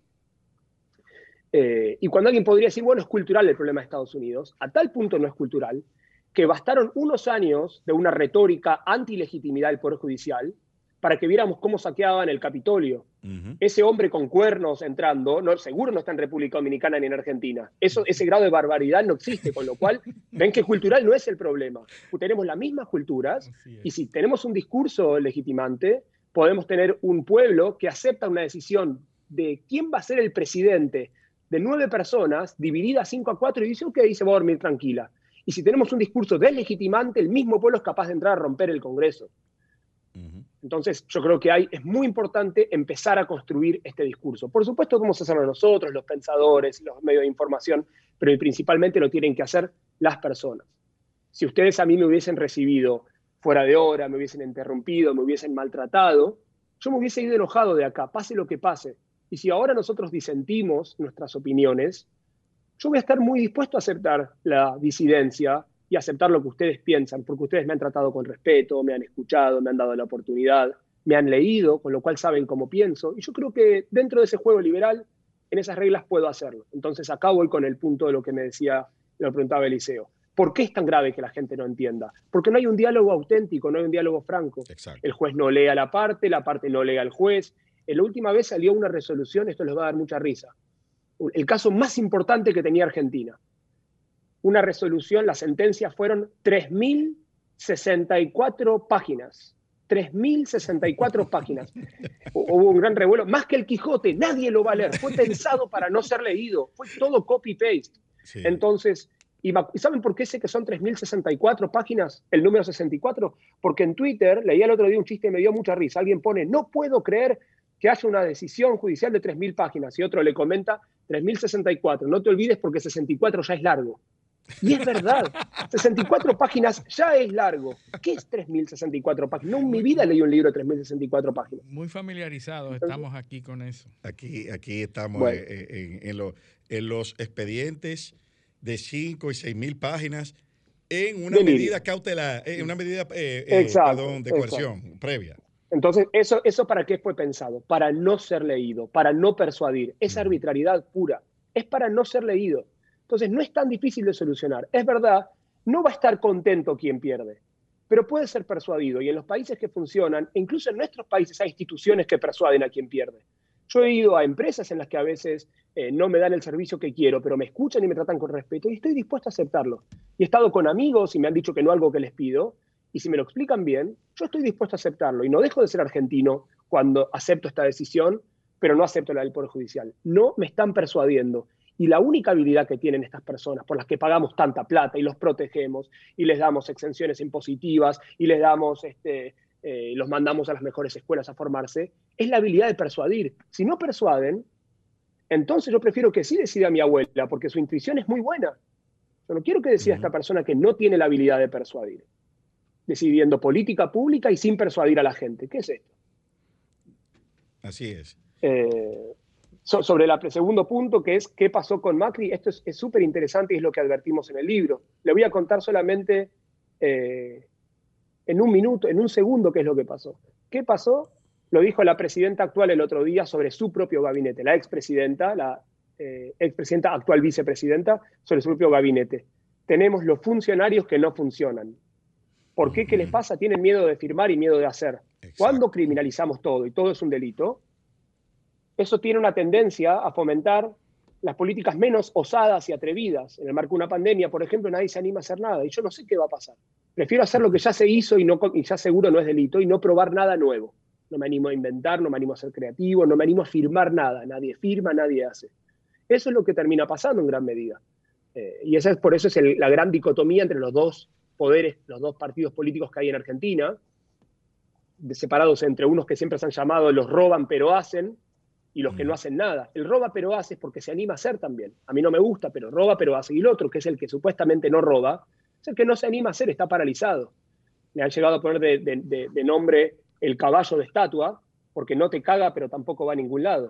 Y cuando alguien podría decir, bueno, es cultural el problema de Estados Unidos, a tal punto no es cultural, que bastaron unos años de una retórica antilegitimidad del Poder Judicial para que viéramos cómo saqueaban el Capitolio. Ese hombre con cuernos entrando, seguro no está en República Dominicana ni en Argentina. Ese grado de barbaridad no existe, con lo cual ven que cultural no es el problema. Tenemos las mismas culturas, y si tenemos un discurso legitimante, podemos tener un pueblo que acepta una decisión de quién va a ser el presidente de 9 personas, dividida 5-4, y dice, ok, se va a dormir tranquila. Y si tenemos un discurso deslegitimante, el mismo pueblo es capaz de entrar a romper el Congreso. Entonces, yo creo que es muy importante empezar a construir este discurso. Por supuesto, vamos a hacerlo nosotros, los pensadores, los medios de información, pero principalmente lo tienen que hacer las personas. Si ustedes a mí me hubiesen recibido fuera de hora, me hubiesen interrumpido, me hubiesen maltratado, yo me hubiese ido enojado de acá, pase lo que pase. Y si ahora nosotros disentimos nuestras opiniones, yo voy a estar muy dispuesto a aceptar la disidencia y aceptar lo que ustedes piensan, porque ustedes me han tratado con respeto, me han escuchado, me han dado la oportunidad, me han leído, con lo cual saben cómo pienso. Y yo creo que dentro de ese juego liberal, en esas reglas puedo hacerlo. Entonces acá voy con el punto de lo que me preguntaba Eliseo. ¿Por qué es tan grave que la gente no entienda? Porque no hay un diálogo auténtico, no hay un diálogo franco. Exacto. El juez no lee a la parte no lee al juez. La última vez salió una resolución, esto les va a dar mucha risa, el caso más importante que tenía Argentina. Una resolución, las sentencias fueron 3.064 páginas. 3.064 páginas. Hubo un gran revuelo, más que el Quijote, nadie lo va a leer. Fue pensado para no ser leído, fue todo copy-paste. Sí. Entonces, ¿y saben por qué sé que son 3.064 páginas, el número 64? Porque en Twitter, leía el otro día un chiste y me dio mucha risa. Alguien pone, no puedo creer que haya una decisión judicial de 3.000 páginas. Y otro le comenta, 3.064. No te olvides porque 64 ya es largo. Y es verdad, 64 páginas ya es largo. ¿Qué es 3.064 páginas? No, en mi vida leí un libro de 3.064 páginas. Muy familiarizados estamos aquí con eso. Aquí estamos en los expedientes de 5 y 6.000 páginas. en una medida cautelar, en una medida de coerción previa. Entonces, ¿eso para qué fue pensado? Para no ser leído, para no persuadir. Es arbitrariedad pura. Es para no ser leído. Entonces, no es tan difícil de solucionar. Es verdad, no va a estar contento quien pierde, pero puede ser persuadido. Y en los países que funcionan, incluso en nuestros países, hay instituciones que persuaden a quien pierde. Yo he ido a empresas en las que a veces no me dan el servicio que quiero, pero me escuchan y me tratan con respeto y estoy dispuesto a aceptarlo. Y he estado con amigos y me han dicho que no algo que les pido, y si me lo explican bien, yo estoy dispuesto a aceptarlo. Y no dejo de ser argentino cuando acepto esta decisión, pero no acepto la del Poder Judicial. No me están persuadiendo. Y la única habilidad que tienen estas personas, por las que pagamos tanta plata y los protegemos, y les damos exenciones impositivas, y les damos, los mandamos a las mejores escuelas a formarse, es la habilidad de persuadir. Si no persuaden, entonces yo prefiero que sí decida mi abuela, porque su intuición es muy buena. Yo no quiero que decida esta persona que no tiene la habilidad de persuadir, decidiendo política pública y sin persuadir a la gente. ¿Qué es esto? Así es. Sobre el segundo punto, que es qué pasó con Macri, esto es súper interesante y es lo que advertimos en el libro. Le voy a contar solamente en un minuto, en un segundo, qué es lo que pasó. ¿Qué pasó? Lo dijo la presidenta actual el otro día sobre su propio gabinete, la expresidenta, actual vicepresidenta, sobre su propio gabinete. Tenemos los funcionarios que no funcionan. ¿Por qué? ¿Qué les pasa? Tienen miedo de firmar y miedo de hacer. Exacto. Cuando criminalizamos todo y todo es un delito, eso tiene una tendencia a fomentar las políticas menos osadas y atrevidas. En el marco de una pandemia, por ejemplo, nadie se anima a hacer nada y yo no sé qué va a pasar. Prefiero hacer lo que ya se hizo y ya seguro no es delito y no probar nada nuevo. No me animo a inventar, no me animo a ser creativo, no me animo a firmar nada. Nadie firma, nadie hace. Eso es lo que termina pasando en gran medida. Y por eso es la gran dicotomía entre los dos poderes, los dos partidos políticos que hay en Argentina, separados entre unos que siempre se han llamado los roban pero hacen, y los que no hacen nada. El roba pero hace es porque se anima a hacer también. A mí no me gusta, pero roba pero hace. Y el otro, que es el que supuestamente no roba, es el que no se anima a hacer, está paralizado. Le han llegado a poner de nombre el caballo de estatua, porque no te caga, pero tampoco va a ningún lado.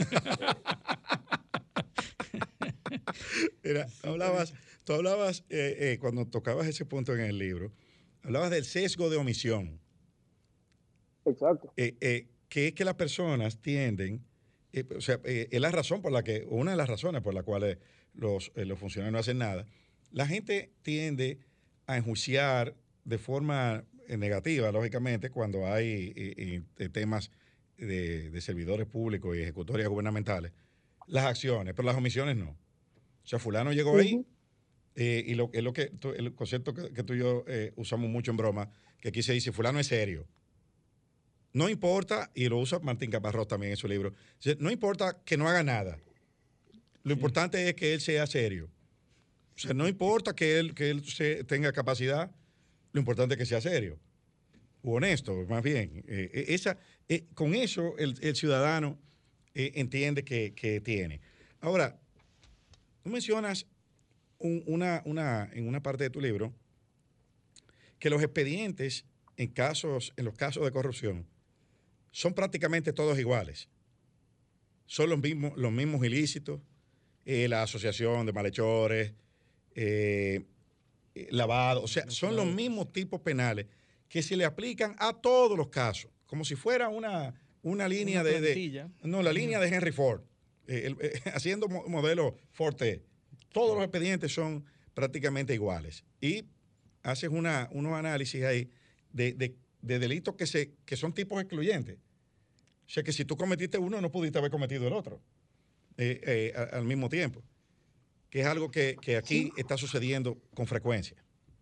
Mira, tú hablabas cuando tocabas ese punto en el libro, hablabas del sesgo de omisión. Exacto. Que es que las personas tienden, es la razón por la que, una de las razones por las cuales los funcionarios no hacen nada, la gente tiende a enjuiciar de forma negativa, lógicamente, cuando hay temas de servidores públicos y ejecutorias gubernamentales, las acciones, pero las omisiones no. O sea, fulano llegó ahí, y el concepto que tú y yo usamos mucho en broma, que aquí se dice, fulano es serio. No importa, y lo usa Martín Caparrós también en su libro, no importa que no haga nada. Lo importante es que él sea serio. O sea, no importa que él tenga capacidad, lo importante es que sea serio. O honesto, más bien. Con eso el ciudadano entiende que tiene. Ahora, tú mencionas en una parte de tu libro que los expedientes en los casos de corrupción son prácticamente todos iguales. Son los mismos ilícitos, la asociación de malhechores, lavado, o sea, son los mismos tipos penales que se le aplican a todos los casos, como si fuera una línea la línea de Henry Ford, haciendo modelo Forte. Todos los expedientes son prácticamente iguales. Y haces unos análisis ahí de delitos que son tipos excluyentes. O sea, que si tú cometiste uno, no pudiste haber cometido el otro al mismo tiempo. Que es algo que aquí está sucediendo con frecuencia.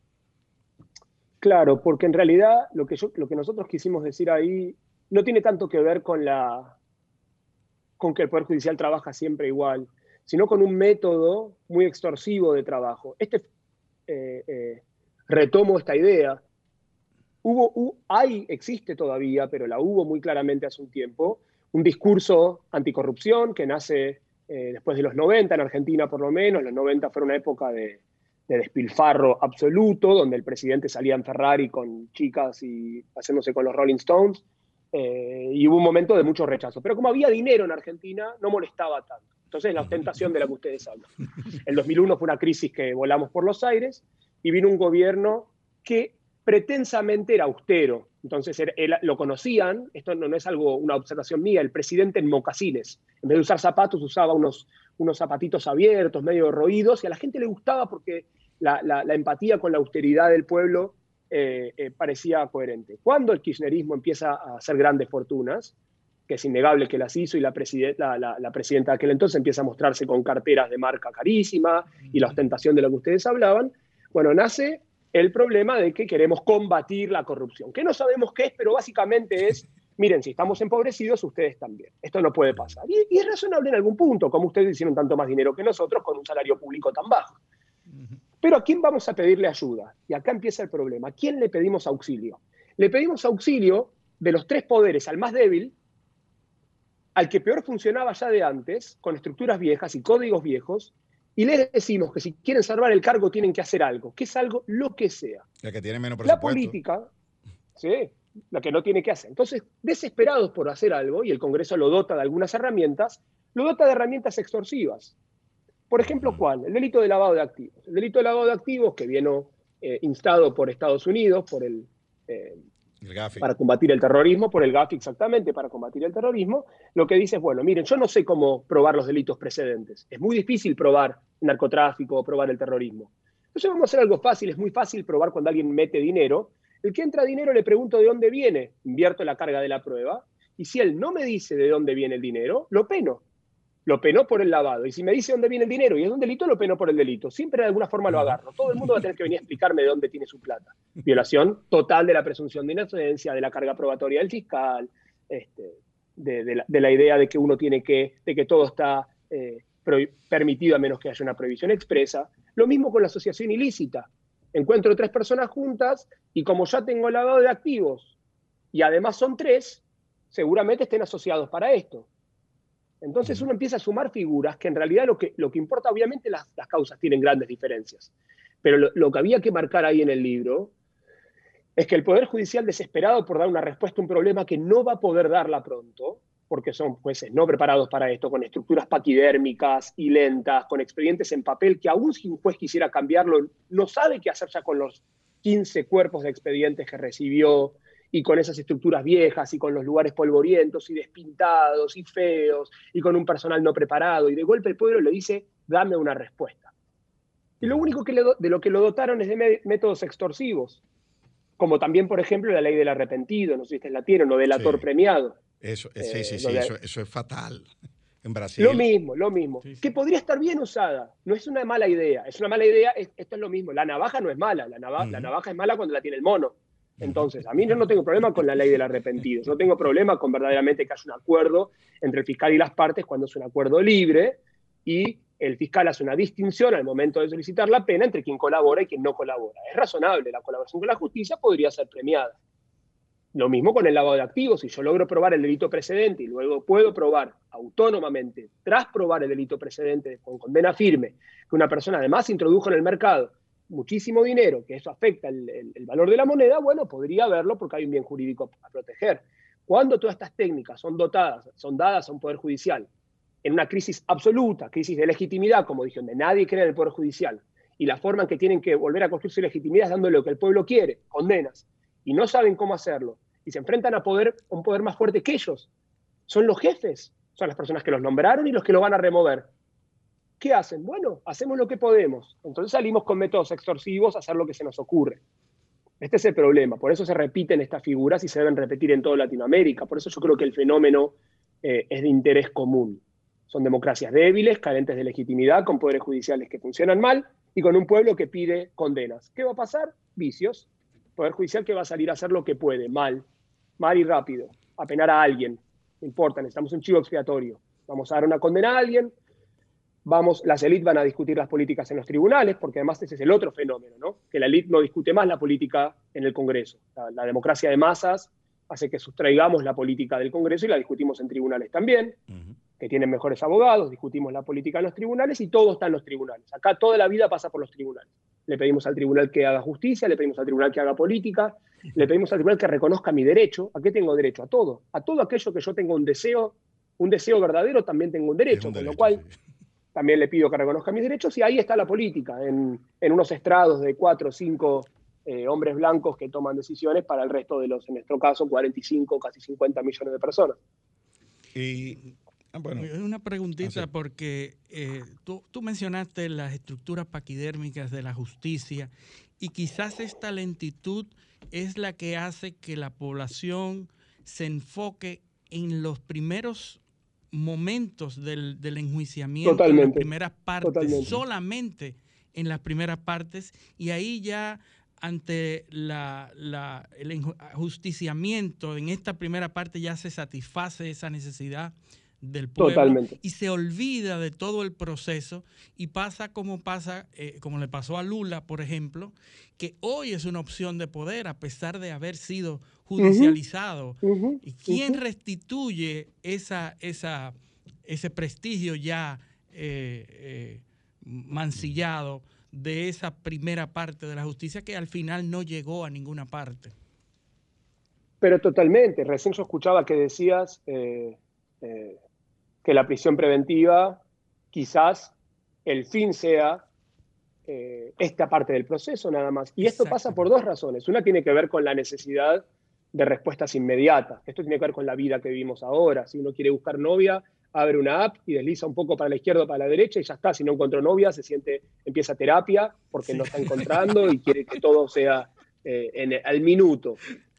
Claro, porque en realidad lo que nosotros quisimos decir ahí no tiene tanto que ver con que el Poder Judicial trabaja siempre igual, sino con un método muy extorsivo de trabajo. Retomo esta idea. Existe todavía, pero la hubo muy claramente hace un tiempo, un discurso anticorrupción que nace después de los 90 en Argentina por lo menos. Los 90 fueron una época de despilfarro absoluto, donde el presidente salía en Ferrari con chicas y haciéndose con los Rolling Stones, y hubo un momento de mucho rechazo. Pero como había dinero en Argentina, no molestaba tanto. Entonces la ostentación de la que ustedes hablan. El 2001 fue una crisis que volamos por los aires, y vino un gobierno que pretensamente era austero. Entonces lo conocían, esto no es algo, una observación mía, el presidente en mocasines. En vez de usar zapatos, usaba unos zapatitos abiertos, medio roídos, y a la gente le gustaba porque la empatía con la austeridad del pueblo parecía coherente. Cuando el kirchnerismo empieza a hacer grandes fortunas, que es innegable que las hizo, y la presidenta de aquel entonces empieza a mostrarse con carteras de marca carísima y la ostentación de lo que ustedes hablaban, bueno, nace el problema de que queremos combatir la corrupción, que no sabemos qué es, pero básicamente es, miren, si estamos empobrecidos, ustedes también. Esto no puede pasar. Y es razonable en algún punto, como ustedes hicieron tanto más dinero que nosotros con un salario público tan bajo. Pero ¿a quién vamos a pedirle ayuda? Y acá empieza el problema. ¿A quién le pedimos auxilio? Le pedimos auxilio de los tres poderes al más débil, al que peor funcionaba ya de antes, con estructuras viejas y códigos viejos, y les decimos que si quieren salvar el cargo tienen que hacer algo, que es algo lo que sea. La que tiene menos presupuesto. La política, sí, la que no tiene que hacer. Entonces, desesperados por hacer algo, y el Congreso lo dota de algunas herramientas, lo dota de herramientas extorsivas. Por ejemplo, ¿cuál? El delito de lavado de activos. El delito de lavado de activos, que viene instado por Estados Unidos, por el para combatir el terrorismo, por el GAFI exactamente, para combatir el terrorismo, lo que dice es, bueno, miren, yo no sé cómo probar los delitos precedentes. Es muy difícil probar narcotráfico o probar el terrorismo. Entonces vamos a hacer algo fácil, es muy fácil probar cuando alguien mete dinero. El que entra dinero le pregunto de dónde viene, invierto la carga de la prueba, y si él no me dice de dónde viene el dinero, lo peno. Lo penó por el lavado. Y si me dice dónde viene el dinero y es un delito, lo penó por el delito. Siempre de alguna forma lo agarro. Todo el mundo va a tener que venir a explicarme de dónde tiene su plata. Violación total de la presunción de inocencia, de la carga probatoria del fiscal, de la idea de que uno tiene de que todo está permitido a menos que haya una prohibición expresa. Lo mismo con la asociación ilícita. Encuentro tres personas juntas y como ya tengo lavado de activos y además son tres, seguramente estén asociados para esto. Entonces uno empieza a sumar figuras que en realidad lo que importa, obviamente las causas tienen grandes diferencias, pero lo que había que marcar ahí en el libro es que el Poder Judicial, desesperado por dar una respuesta a un problema que no va a poder darla pronto, porque son jueces no preparados para esto, con estructuras paquidérmicas y lentas, con expedientes en papel que aún si un juez quisiera cambiarlo, no sabe qué hacer ya con los 15 cuerpos de expedientes que recibió, y con esas estructuras viejas, y con los lugares polvorientos, y despintados, y feos, y con un personal no preparado, y de golpe el pueblo le dice, dame una respuesta. Y lo único de lo que lo dotaron es de métodos extorsivos, como también, por ejemplo, la ley del arrepentido, no sé si ustedes la tienen, o delator premiado. Eso es fatal. En Brasil. Lo mismo. Sí. Que podría estar bien usada. No es una mala idea. Es una mala idea, esto es lo mismo. La navaja no es mala. La navaja es mala cuando la tiene el mono. Entonces, a mí yo no tengo problema con la ley del arrepentido. No tengo problema con verdaderamente que haya un acuerdo entre el fiscal y las partes cuando es un acuerdo libre y el fiscal hace una distinción al momento de solicitar la pena entre quien colabora y quien no colabora. Es razonable. La colaboración con la justicia podría ser premiada. Lo mismo con el lavado de activos. Si yo logro probar el delito precedente y luego puedo probar autónomamente, tras probar el delito precedente con condena firme, que una persona además introdujo en el mercado muchísimo dinero, que eso afecta el valor de la moneda, bueno, podría haberlo porque hay un bien jurídico a proteger. Cuando todas estas técnicas son dadas a un Poder Judicial en una crisis absoluta, crisis de legitimidad, como dije, donde nadie cree en el Poder Judicial, y la forma en que tienen que volver a construir su legitimidad es dándole lo que el pueblo quiere, condenas, y no saben cómo hacerlo, y se enfrentan a un poder más fuerte que ellos. Son los jefes, son las personas que los nombraron y los que lo van a remover. ¿Qué hacen? Bueno, hacemos lo que podemos. Entonces salimos con métodos extorsivos a hacer lo que se nos ocurre. Este es el problema. Por eso se repiten estas figuras y se deben repetir en toda Latinoamérica. Por eso yo creo que el fenómeno es de interés común. Son democracias débiles, carentes de legitimidad, con poderes judiciales que funcionan mal y con un pueblo que pide condenas. ¿Qué va a pasar? Vicios. Poder judicial que va a salir a hacer lo que puede, mal y rápido, a penar a alguien. No importa, necesitamos un chivo expiatorio. Vamos a dar una condena a alguien. Las élites van a discutir las políticas en los tribunales, porque además ese es el otro fenómeno, ¿no? Que la élite no discute más la política en el Congreso. La democracia de masas hace que sustraigamos la política del Congreso y la discutimos en tribunales también, que tienen mejores abogados, discutimos la política en los tribunales y todo está en los tribunales. Acá toda la vida pasa por los tribunales. Le pedimos al tribunal que haga justicia, le pedimos al tribunal que haga política, le pedimos al tribunal que reconozca mi derecho. ¿A qué tengo derecho? A todo. A todo aquello que yo tengo un deseo verdadero, también tengo un derecho. Con lo cual, también le pido que reconozca mis derechos, y ahí está la política, en unos estrados de 4 o 5 hombres blancos que toman decisiones para el resto de los, en nuestro caso, 45, casi 50 millones de personas. Y bueno, una preguntita, porque tú mencionaste las estructuras paquidérmicas de la justicia, y quizás esta lentitud es la que hace que la población se enfoque en los primeros momentos del enjuiciamiento, Totalmente, en las primeras partes, totalmente. solamente en las primeras partes, y ahí ya ante el ajusticiamiento en esta primera parte ya se satisface esa necesidad del pueblo. Totalmente. Y se olvida de todo el proceso y pasa, como le pasó a Lula, por ejemplo, que hoy es una opción de poder a pesar de haber sido judicializado. ¿Y quién restituye ese prestigio ya mancillado de esa primera parte de la justicia que al final no llegó a ninguna parte? Pero totalmente. Recién yo escuchaba que decías que la prisión preventiva quizás el fin sea esta parte del proceso nada más. Y esto pasa por 2 razones. Una tiene que ver con la necesidad de respuestas inmediatas. Esto tiene que ver con la vida que vivimos ahora. Si uno quiere buscar novia, abre una app y desliza un poco para la izquierda o para la derecha y ya está. Si no encontró novia, empieza terapia porque no está encontrando y quiere que todo sea al minuto.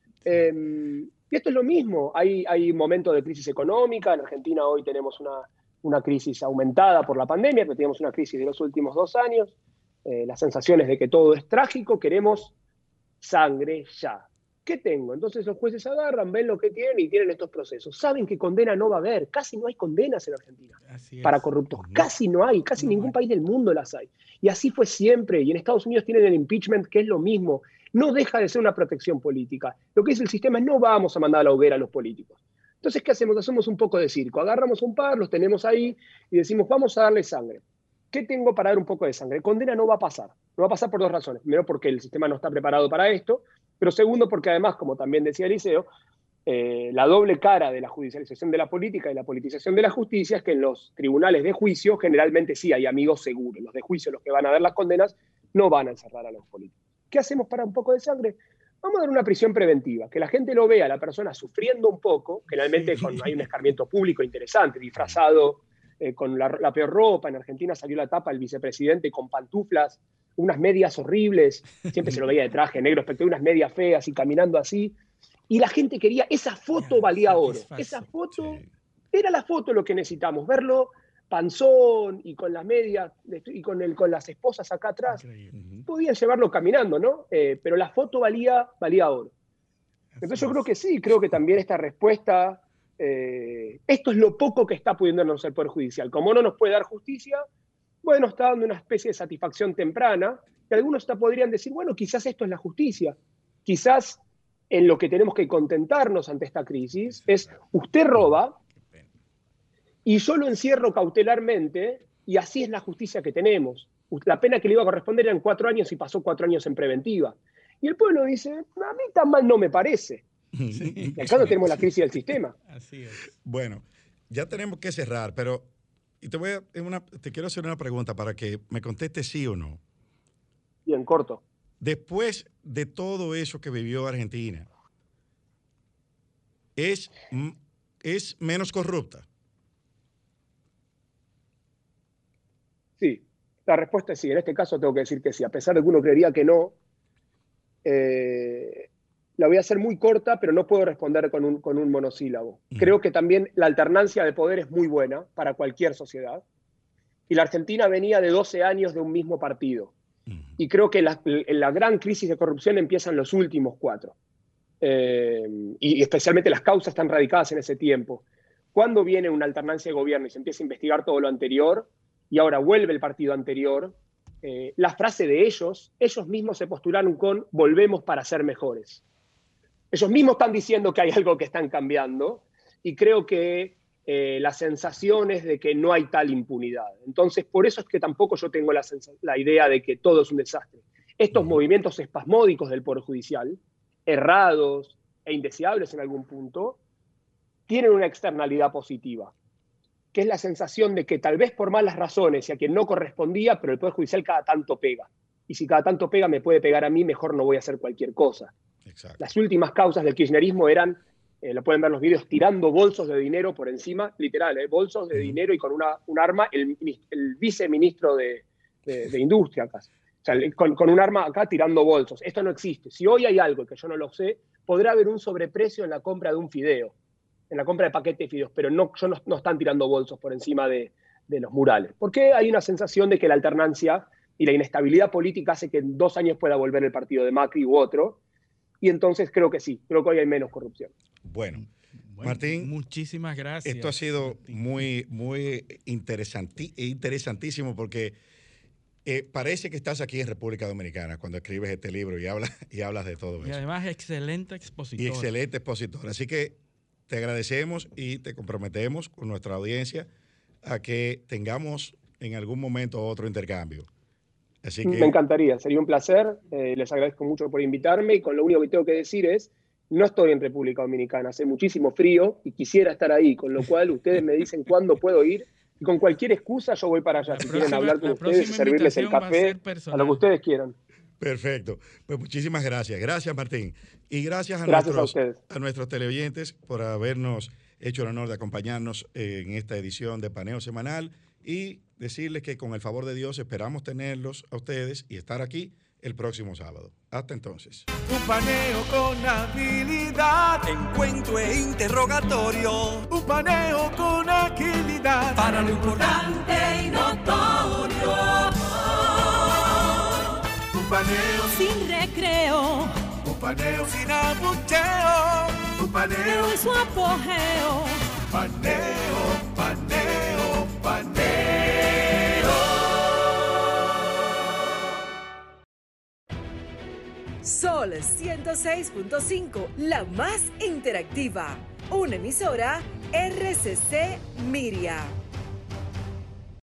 Y esto es lo mismo. Hay momentos de crisis económica. En Argentina hoy tenemos una crisis aumentada por la pandemia, pero tenemos una crisis de los últimos 2 años. Las sensaciones de que todo es trágico. Queremos sangre ya. ¿Qué tengo? Entonces los jueces agarran, ven lo que tienen y tienen estos procesos. Saben que condena no va a haber. Casi no hay condenas en Argentina para corruptos. Casi no hay. Casi ningún país del mundo las hay. Y así fue siempre. Y en Estados Unidos tienen el impeachment, que es lo mismo. No deja de ser una protección política. Lo que dice el sistema es no vamos a mandar a la hoguera a los políticos. Entonces, ¿qué hacemos? Hacemos un poco de circo. Agarramos un par, los tenemos ahí y decimos, vamos a darle sangre. ¿Qué tengo para dar un poco de sangre? Condena no va a pasar. No va a pasar por 2 razones. Primero, porque el sistema no está preparado para esto. Pero segundo, porque además, como también decía Eliseo, la doble cara de la judicialización de la política y la politización de la justicia es que en los tribunales de juicio generalmente sí hay amigos seguros. Los de juicio, los que van a dar las condenas, no van a encerrar a los políticos. ¿Qué hacemos para un poco de sangre? Vamos a dar una prisión preventiva, que la gente lo vea, la persona sufriendo un poco, generalmente hay un escarmiento público interesante, disfrazado, con la peor ropa. En Argentina salió la tapa el vicepresidente con pantuflas, unas medias horribles, siempre se lo veía de traje negro, espectacular, unas medias feas y caminando así. Y la gente quería, esa foto valía oro. Esa foto era la foto lo que necesitamos, verlo panzón y con las medias y con las esposas acá atrás. Podían llevarlo caminando, ¿no? Pero la foto valía oro. Entonces yo creo que sí, creo que también esta respuesta, esto es lo poco que está pudiendo darnos el Poder Judicial. Como no nos puede dar justicia, bueno, está dando una especie de satisfacción temprana, que algunos hasta podrían decir, bueno, quizás esto es la justicia. Quizás en lo que tenemos que contentarnos ante esta crisis es, usted roba y yo lo encierro cautelarmente y así es la justicia que tenemos. La pena que le iba a corresponder eran 4 años y pasó 4 años en preventiva. Y el pueblo dice, a mí tan mal no me parece. Y acá no tenemos la crisis del sistema. Así es. Bueno, ya tenemos que cerrar, pero te quiero hacer una pregunta para que me conteste sí o no. Bien, corto. Después de todo eso que vivió Argentina, ¿es menos corrupta? Sí, la respuesta es sí. En este caso tengo que decir que sí. A pesar de que uno creería que no, la voy a hacer muy corta, pero no puedo responder con un monosílabo. Creo que también la alternancia de poder es muy buena para cualquier sociedad. Y la Argentina venía de 12 años de un mismo partido. Y creo que la gran crisis de corrupción empieza en los últimos 4. Y especialmente las causas están radicadas en ese tiempo. Cuando viene una alternancia de gobierno y se empieza a investigar todo lo anterior, y ahora vuelve el partido anterior, la frase de ellos mismos se postularon con volvemos para ser mejores. Ellos mismos están diciendo que hay algo que están cambiando y creo que la sensación es de que no hay tal impunidad. Entonces, por eso es que tampoco yo tengo la idea de que todo es un desastre. Estos movimientos espasmódicos del Poder Judicial, errados e indeseables en algún punto, tienen una externalidad positiva. que es la sensación de que tal vez por malas razones y a quien no correspondía, pero el Poder Judicial cada tanto pega. Y si cada tanto pega me puede pegar a mí, mejor no voy a hacer cualquier cosa. Exacto. Las últimas causas del kirchnerismo eran, lo pueden ver los videos, tirando bolsos de dinero por encima, literal, bolsos de dinero y con un arma, el viceministro de Industria acá. O sea, con un arma acá tirando bolsos. Esto no existe. Si hoy hay algo que yo no lo sé, podrá haber un sobreprecio en la compra de un fideo, en la compra de paquetes de fideos, pero no están tirando bolsos por encima de los murales. Porque hay una sensación de que la alternancia y la inestabilidad política hace que en 2 años pueda volver el partido de Macri u otro, y entonces creo que sí, creo que hoy hay menos corrupción. Bueno, Martín, muchísimas gracias. Esto ha sido muy interesantísimo porque parece que estás aquí en República Dominicana cuando escribes este libro y hablas de todo eso. Y además excelente expositor. Y excelente expositor. Así que te agradecemos y te comprometemos con nuestra audiencia a que tengamos en algún momento otro intercambio. Así que... Me encantaría, sería un placer. Les agradezco mucho por invitarme y con lo único que tengo que decir es, no estoy en República Dominicana, hace muchísimo frío y quisiera estar ahí, con lo cual ustedes me dicen cuándo puedo ir y con cualquier excusa yo voy para allá. Si quieren hablar con ustedes, servirles el café, a lo que ustedes quieran. Perfecto. Pues muchísimas gracias. Gracias, Martín. Y gracias a nuestros teleoyentes por habernos hecho el honor de acompañarnos en esta edición de Paneo Semanal y decirles que con el favor de Dios esperamos tenerlos a ustedes y estar aquí el próximo sábado. Hasta entonces. Un paneo con habilidad, Encuentro e interrogatorio. un paneo con agilidad. Para lo importante y notorio. Un paneo, sin recreo, un paneo sin abucheo. Un paneo, en su apogeo. paneo, paneo, paneo. Sol 106.5, la más interactiva. Una emisora RCC Miria.